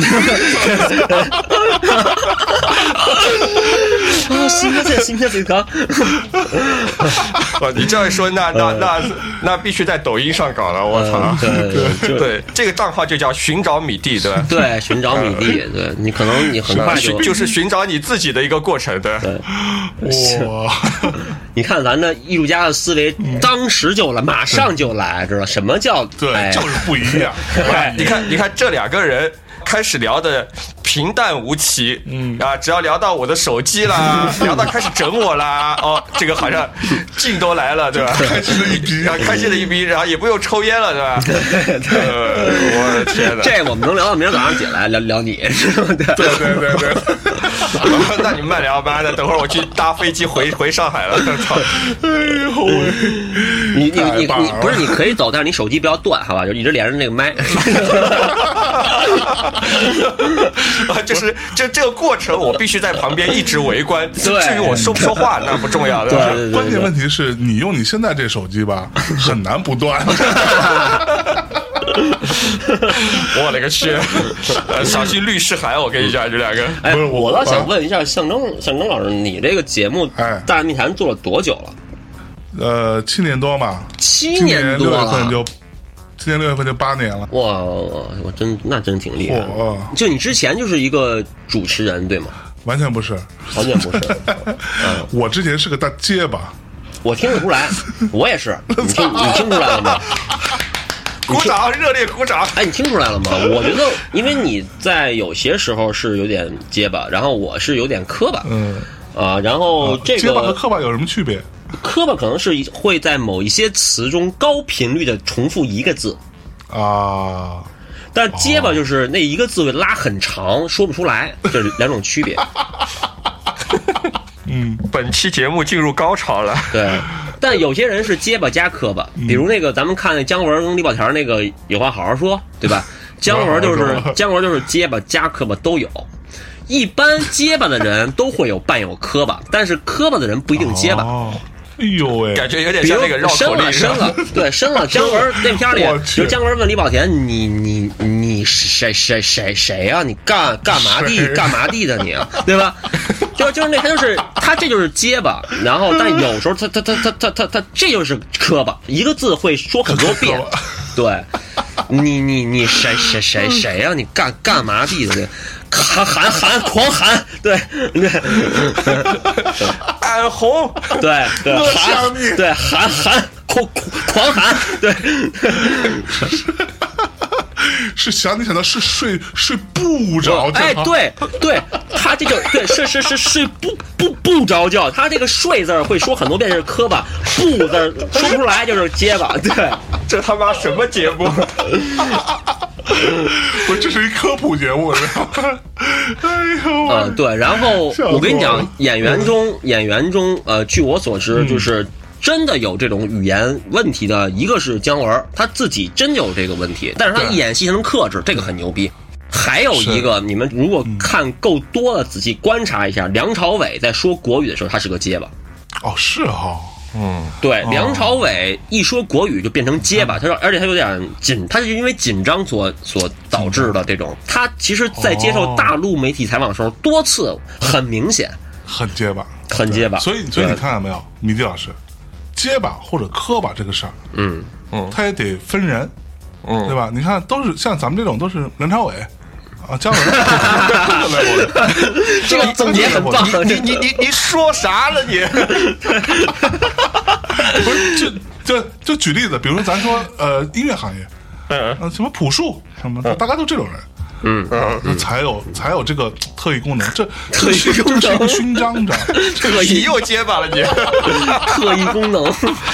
啊，すみません、すみませんですか？ 哦，你这样说，那那那那必须在抖音上搞了，我操！ 对对对，这个账号就叫寻找米蒂，对吧？ 对，寻找米蒂，对你可能你很快就就是寻找你自己的一个过程，对。 对， 哇！ 你看咱的艺术家的思维，当时就来，马上就来，知道什么叫对， 哎、 就是不一样。 哎，你看，你看这两个人开始聊的平淡无奇，嗯啊，只要聊到我的手机啦，聊到开始整我啦，哦，这个好像劲都来了，对吧？ 开心的一逼， 啊，开心的一逼，然后也不用抽烟了，对吧？对，呃、我的天哪！ 这我们能聊到明儿早上起来聊聊你，是吧？对对对对对。 那你们慢聊吧，那等会儿我去搭飞机回回上海了。操！ 哎呦喂！ 你你你你不是你可以走，但是你手机不要断，好吧？就一直连着那个麦。 啊，就是这这个过程，我必须在旁边一直围观。至于我说不说话，那不重要。 对对对。 关键问题是你用你现在这手机吧，很难不断。 我勒个去！呃，小心律师函，我跟你讲，这两个。 哎，我倒想问一下象征象征老师，你这个节目《大内密谈》做了多久了？ 呃，七年多嘛。 七年多了。 六月份就，今年六月份就八年了。 哇，我真那真挺厉害的。就你之前就是一个主持人，对吗？ 完全不是， 完全不是。 嗯，我之前是个大结巴。 我听得出来，我也是。你听，你听出来了吗？ 鼓掌，热烈鼓掌！ 哎，你听出来了吗？我觉得，因为你在有些时候是有点结巴，然后我是有点磕巴，嗯，啊，然后这个结巴和磕巴有什么区别？ 磕巴可能是会在某一些词中高频率的重复一个字， 啊， 但结巴就是那一个字会拉很长，说不出来，这是两种区别。 嗯，本期节目进入高潮了。 对。但有些人是结巴加磕巴，比如那个咱们看那姜文跟李保田那个有话好好说，对吧？姜文就是姜文就是结巴加磕巴都有。一般结巴的人都会有伴有磕巴，但是磕巴的人不一定结巴。 哦，哎呦喂， 感觉有点像那个绕口令。 深了，对，深了。姜文那片里，就姜文问李保田：“你你你谁谁谁谁呀、啊？你干干嘛地干嘛地的你、啊，对吧？”就就是那他就是他这就是结巴，然后但有时候他他他他他他他这就是磕巴，一个字会说很多遍。对，你你你谁谁谁谁呀、啊？你干干嘛地的？喊喊喊狂喊，对对， 俺红， 对对喊，对喊喊狂狂喊，对。 是想你想到是睡睡不着觉， 哎，对对，他这个对是是是睡不不不着觉，他这个睡字会说很多遍是磕巴，不字说不出来就是结巴，对， 这他妈什么节目？ 不是，这是一科普节目，是吧？哎呦， 嗯，对，然后我跟你讲，演员中演员中，呃，据我所知，就是真的有这种语言问题的，一个是姜文，他自己真有这个问题，但是他一演戏能克制，这个很牛逼。还有一个，你们如果看够多了，仔细观察一下，梁朝伟在说国语的时候，他是个结巴。 哦，是哈。 嗯， 对，梁朝伟一说国语就变成结巴，他说，而且他有点紧，他是因为紧张所所导致的这种。他其实，在接受大陆媒体采访的时候，多次很明显， 很结巴， 很结巴。 所以，所以你看到没有，米迪老师，结巴或者磕巴这个事儿， 嗯嗯，他也得分人， 嗯， 对吧？你看，都是像咱们这种，都是梁朝伟。啊，姜文， 这个总结很棒。 你你你你说啥了你？ 不是，就就就举例子，比如说咱说呃音乐行业， 嗯， 什么朴树什么的，大概都这种人， 嗯嗯，才有才有这个特异功能，这特异功能，这是一个勋章，你知道吗？ 特异又结巴了你， 特异功能。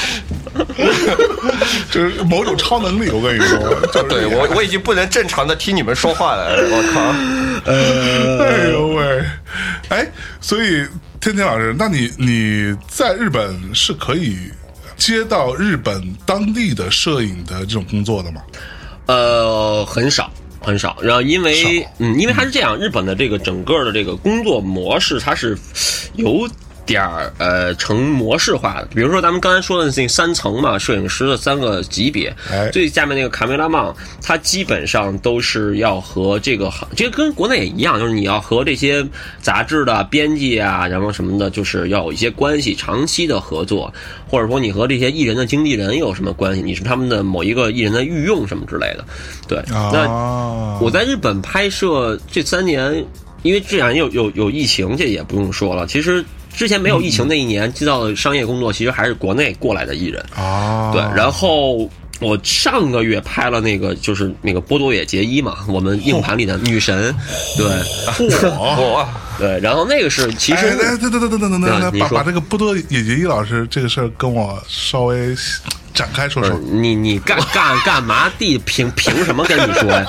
这是某种超能力，我跟你说，就是、 对我我已经不能正常的听你们说话了，我靠！ 呃，哎呦喂，哎，所以天天老师，那你你在日本是可以接到日本当地的摄影的这种工作的吗？ 呃，很少。很少，然后因为嗯，因为它是这样，日本的这个整个的这个工作模式，它是有点儿呃成模式化的。比如说咱们刚才说的那三层嘛，摄影师的三个级别， 哎、 最下面那个卡梅拉曼，它基本上都是要和这个这个跟国内也一样，就是你要和这些杂志的编辑啊，然后什么的，就是要有一些关系，长期的合作，或者说你和这些艺人的经纪人有什么关系，你是他们的某一个艺人的御用什么之类的。对， 啊、 那我在日本拍摄这三年，因为这样有有有疫情，这也不用说了。其实之前没有疫情那一年，接到的商业工作其实还是国内过来的艺人啊。 对，然后我上个月拍了那个就是那个波多野结衣嘛，我们硬盘里的女神。对， 嚯， 对，然后那个是其实， 哎，对对对对对对对，把把这个波多野结衣老师这个事儿跟我稍微展开说说。 你你干干干嘛地？凭凭什么跟你说呀？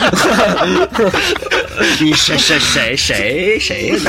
你谁谁谁谁谁呀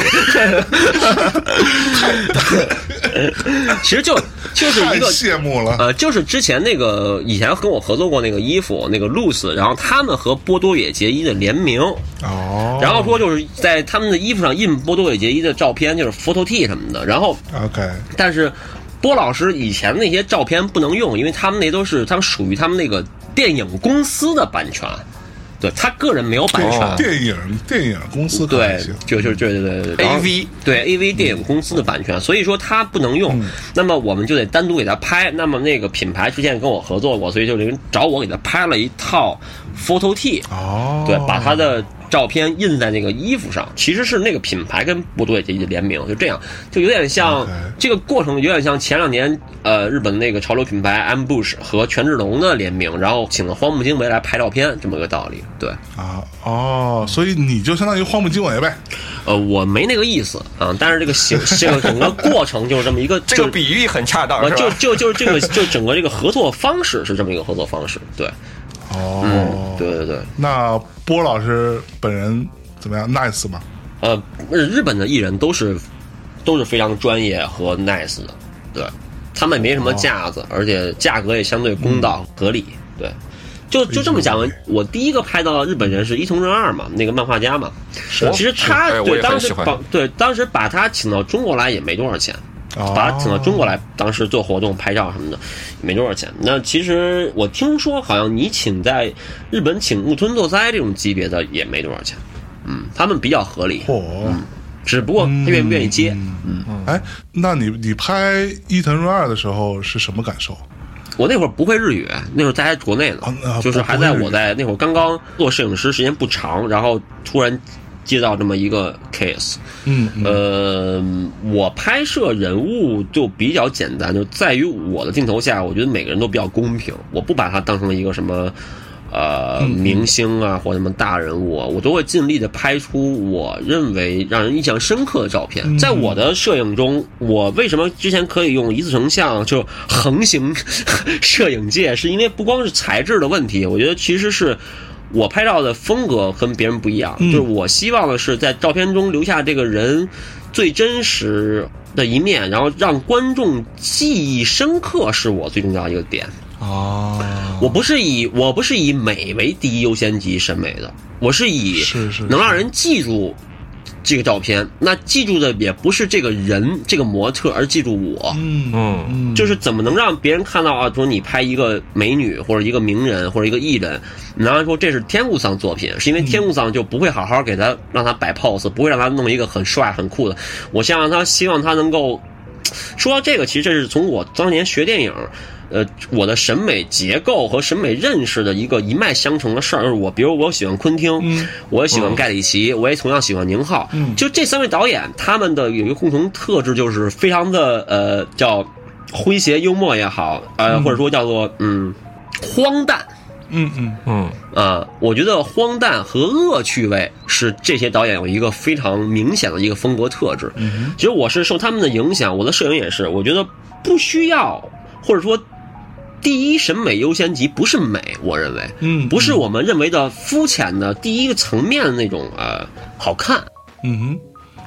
你？其实就就是一个太羡慕了。 呃，就是之前那个以前跟我合作过那个衣服那个 Loose， 然后他们和波多野结衣的联名哦， 然后说就是在他们的衣服上印波多野结衣的照片，就是 photo T 什么的。然后 OK， 但是波老师以前那些照片不能用，因为他们那都是他们属于他们那个电影公司的版权。对他个人没有版权， 哦、电影电影公司对，就就对对对对 ，A V 对 A V 电影公司的版权，所以说他不能用，嗯、那么我们就得单独给他拍。那么那个品牌之前跟我合作过，所以就找我给他拍了一套 photo T， 哦， 对，把他的照片印在那个衣服上，其实是那个品牌跟波多野结衣的联名，就这样，就有点像、okay. 这个过程，有点像前两年呃日本那个潮流品牌 Ambush 和权志龙的联名，然后请了荒木经惟来拍照片，这么个道理。对啊，哦，所以你就相当于荒木经惟呗？ 呃，我没那个意思啊，但是这个形这个整个过程就是这么一个， 这个比喻很恰当， 就就就是这个就整个这个合作方式是这么一个合作方式，对。 哦、 嗯，对对对。 那波老师本人怎么样 ？nice 吗？ 呃，日本的艺人都是都是非常专业和 nice 的，对，他们也没什么架子，哦、而且价格也相对公道、嗯、合理。对，就就这么讲，我第一个拍到日本人是伊藤润二嘛，那个漫画家嘛。 是， 其实他是对当时把对当时把他请到中国来也没多少钱。把他请到中国来，当时做活动、拍照什么的，没多少钱。那其实我听说，好像你请在日本请木村拓哉这种级别的也没多少钱。嗯，他们比较合理。 嚯、 嗯，只不过他愿不愿意接。 嗯，嗯哎，那你你拍伊藤润二的时候是什么感受？ 我那会儿不会日语，那会儿在国内呢， 啊、 就是还在我在那会儿刚刚做摄影师，时间不长，然后突然接到这么一个 case， 嗯, 嗯， 呃，我拍摄人物就比较简单，就在于我的镜头下，我觉得每个人都比较公平，我不把它当成一个什么呃明星啊或者什么大人物啊，我都会尽力的拍出我认为让人印象深刻的照片。 嗯、 在我的摄影中，我为什么之前可以用一次成像就横行摄影界，是因为不光是材质的问题，我觉得其实是。我拍照的风格跟别人不一样， 嗯、 就是我希望的是在照片中留下这个人最真实的一面，然后让观众记忆深刻，是我最重要的一个点。 哦， 我不是以我不是以美为第一优先级审美的，我是以是是能让人记住这个照片，那记住的也不是这个人这个模特，而记住我。 嗯嗯， 就是怎么能让别人看到啊？说你拍一个美女或者一个名人或者一个艺人，你让人说这是天谷桑作品，是因为天谷桑就不会好好给他让他摆 pose， 不会让他弄一个很帅很酷的。我希望他希望他能够说到这个，其实这是从我当年学电影。呃，我的审美结构和审美认识的一个一脉相承的事儿。我比如我喜欢昆汀， 嗯、 我也喜欢盖里奇，嗯、我也同样喜欢宁浩。 嗯、 就这三位导演，他们的有一个共同特质，就是非常的呃叫诙谐幽默也好，呃、嗯、或者说叫做嗯荒诞。 嗯嗯嗯啊，我觉得荒诞和恶趣味是这些导演有一个非常明显的一个风格特质。 嗯， 其实我是受他们的影响，我的摄影也是，我觉得不需要，或者说。第一审美优先级不是美，我认为， 嗯， 不是我们认为的肤浅的第一个层面的那种呃好看， 嗯哼，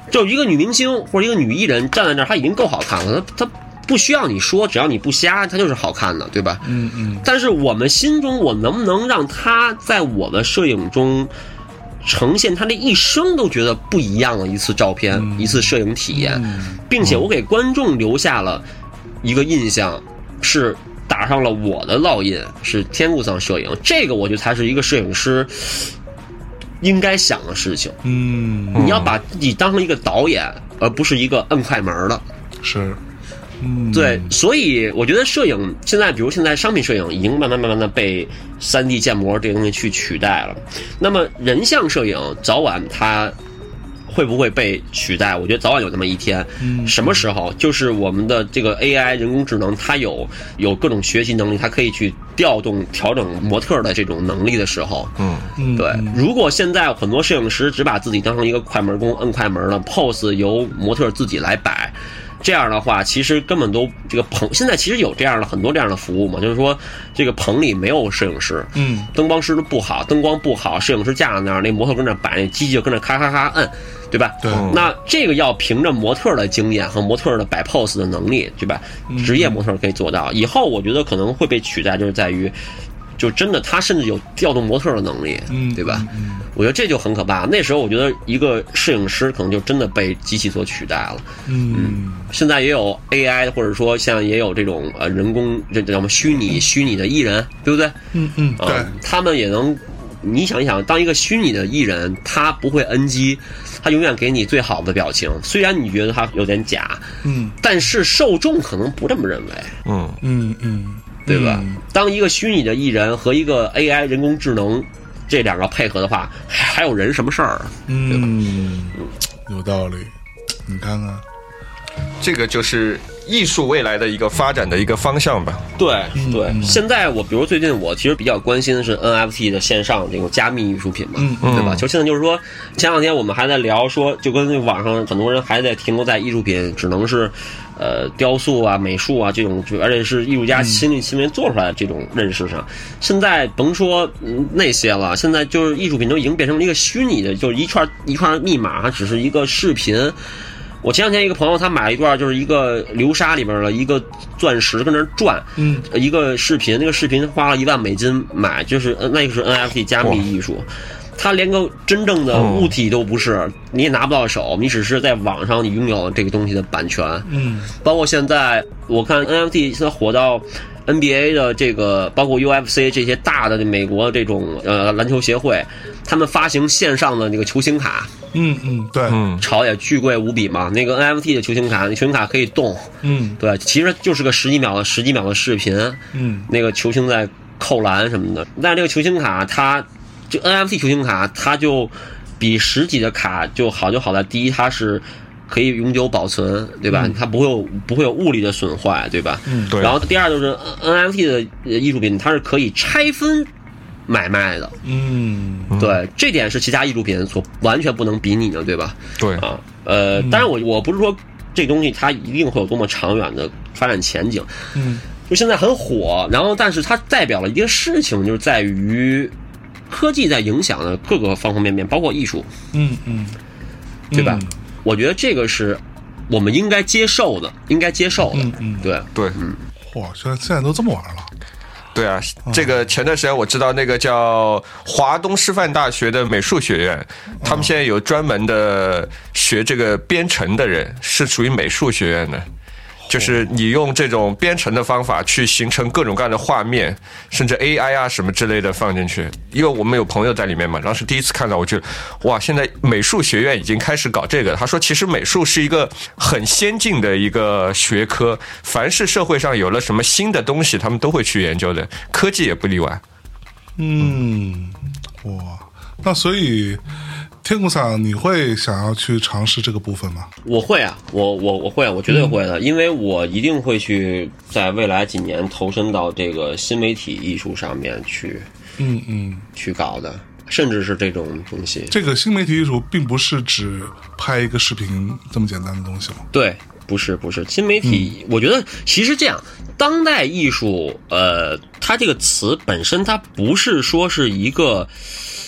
就一个女明星或者一个女艺人站在那儿，她已经够好看了，她她不需要你说，只要你不瞎，她就是好看的，对吧？ 嗯嗯。 但是我们心中，我能不能让她在我的摄影中呈现她的一生都觉得不一样的一次照片、嗯、一次摄影体验，嗯、并且我给观众留下了一个印象，是打上了我的烙印，是天顾桑摄影，这个我觉得才是一个摄影师应该想的事情。 嗯， 你要把自己当成一个导演，而不是一个摁快门的。 是。嗯， 对，所以我觉得摄影现在，比如现在商品摄影已经慢慢慢慢的被 三 D 建模这个东西去取代了。那么人像摄影早晚它会不会被取代？我觉得早晚有那么一天。嗯，什么时候？就是我们的这个 A I 人工智能，它有有各种学习能力，它可以去调动、调整模特的这种能力的时候。 嗯， 对。如果现在很多摄影师只把自己当成一个快门工，摁快门的 pose 由模特自己来摆。这样的话，其实根本都这个棚，现在其实有这样的很多这样的服务嘛，就是说这个棚里没有摄影师， 嗯， 灯光师都不好，灯光不好，摄影师架在那儿，那模特跟那摆，那机器就跟那咔咔咔摁，对吧？ 对。 那这个要凭着模特的经验和模特的摆 pose 的能力，对吧？职业模特可以做到。以后我觉得可能会被取代，就是在于。就真的，他甚至有调动模特的能力， 嗯， 对吧？ 嗯， 我觉得这就很可怕。那时候我觉得一个摄影师可能就真的被机器所取代了。 嗯， 嗯现在也有 A I， 或者说像也有这种呃人工这叫什么虚拟虚拟的艺人，对不对？ 嗯嗯，对、 呃，他们也能。你想一想，当一个虚拟的艺人，他不会 N G， 他永远给你最好的表情，虽然你觉得他有点假， 嗯， 但是受众可能不这么认为。 嗯嗯嗯。 对吧？当一个虚拟的艺人和一个 A I 人工智能这两个配合的话，还有人什么事儿？ 嗯，有道理。你看看， 这个就是艺术未来的一个发展的一个方向吧。 对对、嗯，现在我比如最近我其实比较关心的是 N F T 的线上这种加密艺术品嘛， 嗯、 对吧？就现在就是说，前两天我们还在聊说，就跟那网上很多人还在停留在艺术品只能是。呃，雕塑啊、美术啊这种，而且是艺术家亲力亲为做出来的这种认识上，嗯、现在甭说、嗯、那些了，现在就是艺术品都已经变成了一个虚拟的，就是一串一串密码，它只是一个视频。我前两天一个朋友他买了一段，就是一个流沙里边的一个钻石跟那转， 嗯， 一个视频，那个视频花了一万美金买，就是那个是 N F T 加密艺术。它连个真正的物体都不是，你也拿不到手，你只是在网上你拥有这个东西的版权。 嗯， 包括现在我看 N F T 现在火到 N B A 的这个，包括 U F C 这些大的美国这种呃篮球协会，他们发行线上的那个球星卡。 嗯嗯，对， 嗯， 炒也巨贵无比嘛。那个 N F T 的球星卡，那球星卡可以动。 嗯， 对，其实就是个十几秒的十几秒的视频。 嗯，那个球星在扣篮什么的，但是这个球星卡它。这 N F T 球星卡，它就比实体的卡就好，就好在第一，它是可以永久保存，对吧？嗯、它不会有不会有物理的损坏，对吧？ 嗯，对。 然后第二就是 N F T 的艺术品，它是可以拆分买卖的。 嗯， 对，这点是其他艺术品所完全不能比拟的，对吧？ 对啊，呃，当然我我不是说这东西它一定会有多么长远的发展前景。 嗯， 就现在很火，然后但是它代表了一个事情，就是在于。科技在影响的各个方方面面，包括艺术， 嗯嗯， 对吧？ 嗯、 我觉得这个是我们应该接受的，应该接受的。 嗯嗯， 对对， 嗯。 哇，现在现在都这么玩了。 对啊，这个前段时间我知道那个叫华东师范大学的美术学院，他们现在有专门的学这个编程的人，是属于美术学院的。就是你用这种编程的方法去形成各种各样的画面，甚至 A I 啊什么之类的放进去。因为我们有朋友在里面嘛，当时第一次看到，我觉得哇，现在美术学院已经开始搞这个。他说，其实美术是一个很先进的一个学科，凡是社会上有了什么新的东西，他们都会去研究的，科技也不例外。 嗯，哇，那所以。天顾桑，你会想要去尝试这个部分吗？ 我会啊，我我我会啊，我绝对会的，嗯、因为我一定会去在未来几年投身到这个新媒体艺术上面去， 嗯嗯， 去搞的，甚至是这种东西。 这个新媒体艺术并不是只拍一个视频这么简单的东西吗？ 对，不是不是，新媒体，嗯、我觉得其实这样，当代艺术，呃，它这个词本身它不是说是一个。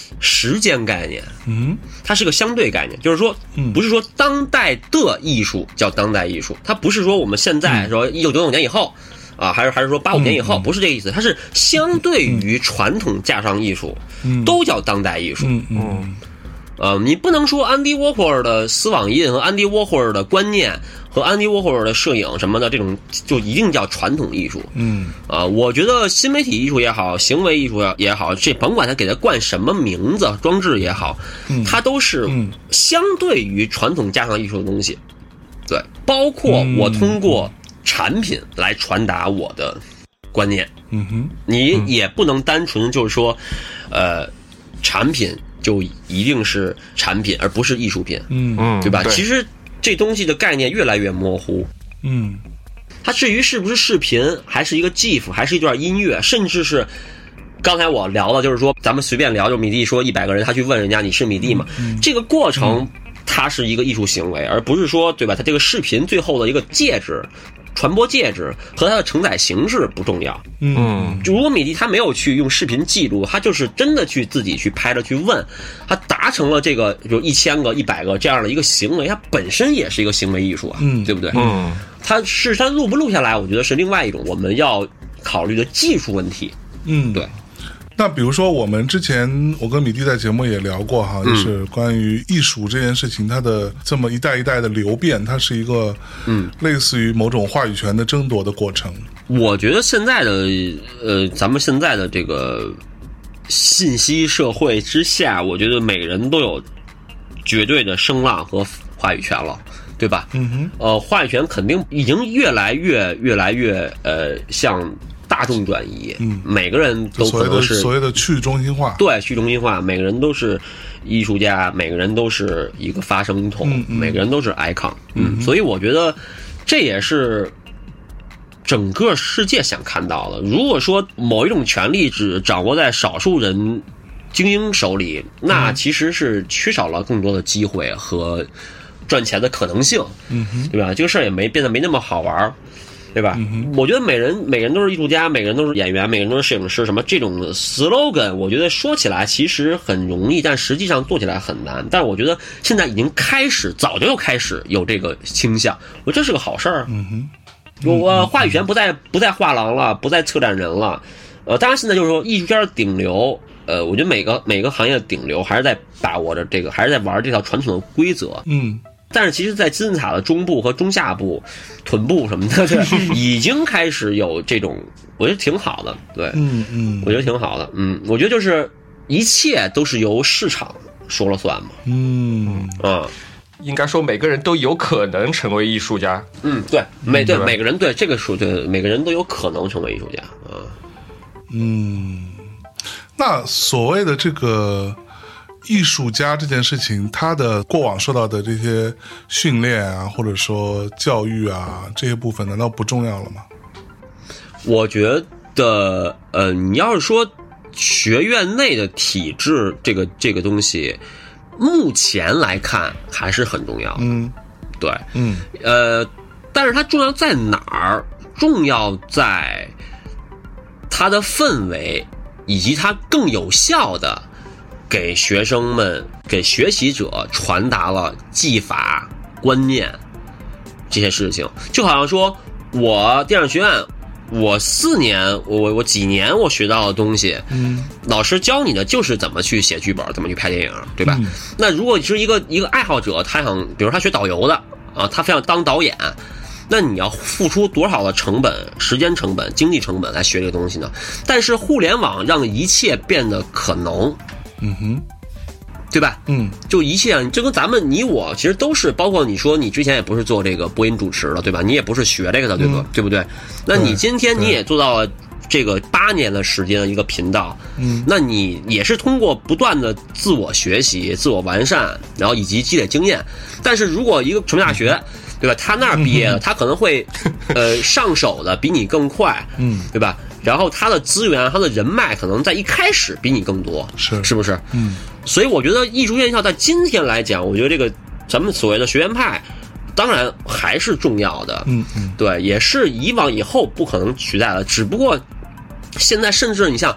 时间概念， 嗯， 它是个相对概念，就是说，不是说当代的艺术叫当代艺术，它不是说我们现在说一九九九年以后啊，还是还是说八五年以后，不是这个意思，它是相对于传统架上艺术，都叫当代艺术。 嗯嗯。 呃，你不能说安迪沃霍尔的丝网印和安迪沃霍尔的观念和安迪沃霍尔的摄影什么的这种就一定叫传统艺术。 嗯， 啊、呃，我觉得新媒体艺术也好，行为艺术也好，这甭管它给它冠什么名字，装置也好，它都是相对于传统架上艺术的东西。对，包括我通过产品来传达我的观念。 嗯哼， 你也不能单纯就是说，呃，产品。就一定是产品，而不是艺术品， 嗯嗯，对吧？ 对， 其实这东西的概念越来越模糊， 嗯， 它至于是不是视频，还是一个 GIF， 还是一段音乐，甚至是刚才我聊的，就是说咱们随便聊，就米蒂说一百个人，他去问人家你是米蒂吗？嗯、这个过程、嗯、它是一个艺术行为，而不是说对吧？它这个视频最后的一个介质。传播介质和它的承载形式不重要。 嗯， 如果米蒂他没有去用视频记录，他就是真的去自己去拍着去问，他达成了这个就一千个、一百个这样的一个行为，它本身也是一个行为艺术啊， 嗯， 对不对？ 嗯， 他是他录不录下来，我觉得是另外一种我们要考虑的技术问题。 嗯， 对。 那比如说我们之前我跟米蒂在节目也聊过哈，就是关于艺术这件事情，它的这么一代一代的流变，它是一个嗯类似于某种话语权的争夺的过程。 我觉得现在的呃，咱们现在的这个信息社会之下，我觉得每个人都有绝对的声浪和话语权了，对吧？ 嗯哼， 呃，话语权肯定已经越来越越来越呃向大众转移， 嗯， 每个人都可能是所谓的去中心化， 对，去中心化，每个人都是艺术家，每个人都是一个发声筒， 嗯嗯、 每个人都是 icon， 嗯，嗯所以我觉得这也是整个世界想看到的。如果说某一种权利只掌握在少数人精英手里，那其实是缺少了更多的机会和赚钱的可能性， 嗯哼， 对吧？这个事儿也没变得没那么好玩。对吧、嗯？我觉得每人每个人都是艺术家，每个人都是演员，每个人都是摄影师。什么这种 slogan， 我觉得说起来其实很容易，但实际上做起来很难。但是我觉得现在已经开始，早就开始有这个倾向，我觉得这是个好事儿。 嗯哼， 我话语权不在不在画廊了，不在策展人了。呃，当然现在就是说艺术家的顶流，呃，我觉得每个每个行业的顶流还是在把握着这个，还是在玩这套传统的规则。 嗯。 但是其实在金字塔的中部和中下部臀部什么的已经开始有这种，我觉得挺好的。对， 嗯嗯， 我觉得挺好的。嗯，我觉得就是一切都是由市场说了算嘛。 嗯啊， 应该说每个人都有可能成为艺术家。 嗯，对，每对每个人对这个说对，每个人都有可能成为艺术家啊。 嗯，那所谓的这个艺术家这件事情，他的过往受到的这些训练啊，或者说教育啊，这些部分难道不重要了吗？ 我觉得，呃，你要是说学院内的体制，这个这个东西，目前来看还是很重要的。 嗯， 对， 嗯， 呃，但是它重要在哪儿？重要在它的氛围，以及它更有效的给学生们、给学习者传达了技法、观念这些事情。就好像说，我电影学院，我四年，我我几年我学到的东西， 嗯， 老师教你的就是怎么去写剧本，怎么去拍电影，对吧？嗯、那如果你是一个一个爱好者，他想，比如他学导游的啊，他非要当导演。那你要付出多少的成本、时间成本、经济成本来学这个东西呢？但是互联网让一切变得可能， 嗯哼， 对吧？ 嗯， 就一切，这跟咱们你我其实都是，包括你说你之前也不是做这个播音主持的，对吧？你也不是学这个的，对吧？嗯、对不对？那你今天你也做到了这个八年的时间的一个频道， 嗯， 那你也是通过不断的自我学习、自我完善，然后以及积累经验。但是如果一个传媒大学，嗯对吧？他那儿毕业了，他可能会，呃，上手的比你更快， 嗯， 对吧？然后他的资源、他的人脉可能在一开始比你更多， 是是不是？ 嗯， 所以我觉得艺术院校在今天来讲，我觉得这个咱们所谓的学院派，当然还是重要的， 嗯嗯， 对，也是以往以后不可能取代的，只不过现在甚至你像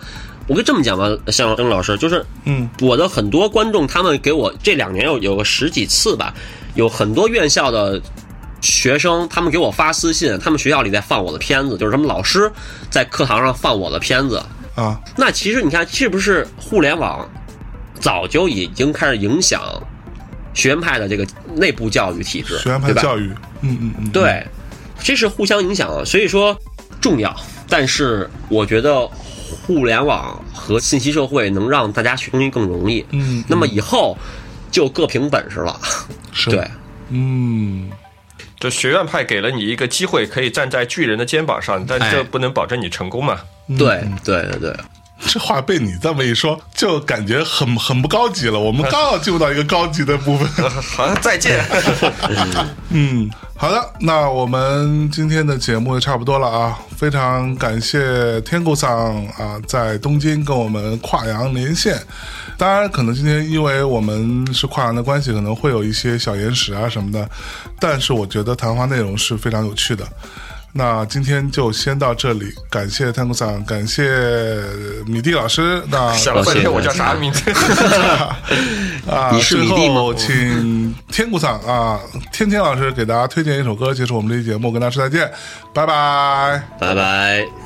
我跟这么讲吧，向征老师，就是嗯，我的很多观众他们给我这两年有有个十几次吧，有很多院校的学生他们给我发私信，他们学校里在放我的片子，就是什么老师在课堂上放我的片子啊。 那其实你看，是不是互联网早就已经开始影响学院派的这个内部教育体制？ 学院派教育，嗯嗯嗯， 对，这是互相影响的，所以说重要。但是我觉得互联网和信息社会能让大家学东西更容易， 嗯，嗯那么以后就各凭本事了， 是， 对， 嗯。 这学院派给了你一个机会，可以站在巨人的肩膀上，但这不能保证你成功嘛？ 哎、对对对对。 这话被你这么一说，就感觉很很不高级了。我们刚要进入到一个高级的部分， 好，再见。 嗯，好的，那我们今天的节目就差不多了啊！非常感谢天狗桑啊，在东京跟我们跨洋连线。当然，可能今天因为我们是跨洋的关系，可能会有一些小延时啊什么的，但是我觉得谈话内容是非常有趣的。那今天就先到这里，感谢天狗桑，感谢米蒂老师。那想了半天我叫啥名字啊？ 你是米蒂吗？ 最后请天狗桑啊，天天老师给大家推荐一首歌，结束我们这期节目，跟大家说再见，拜拜， 拜拜。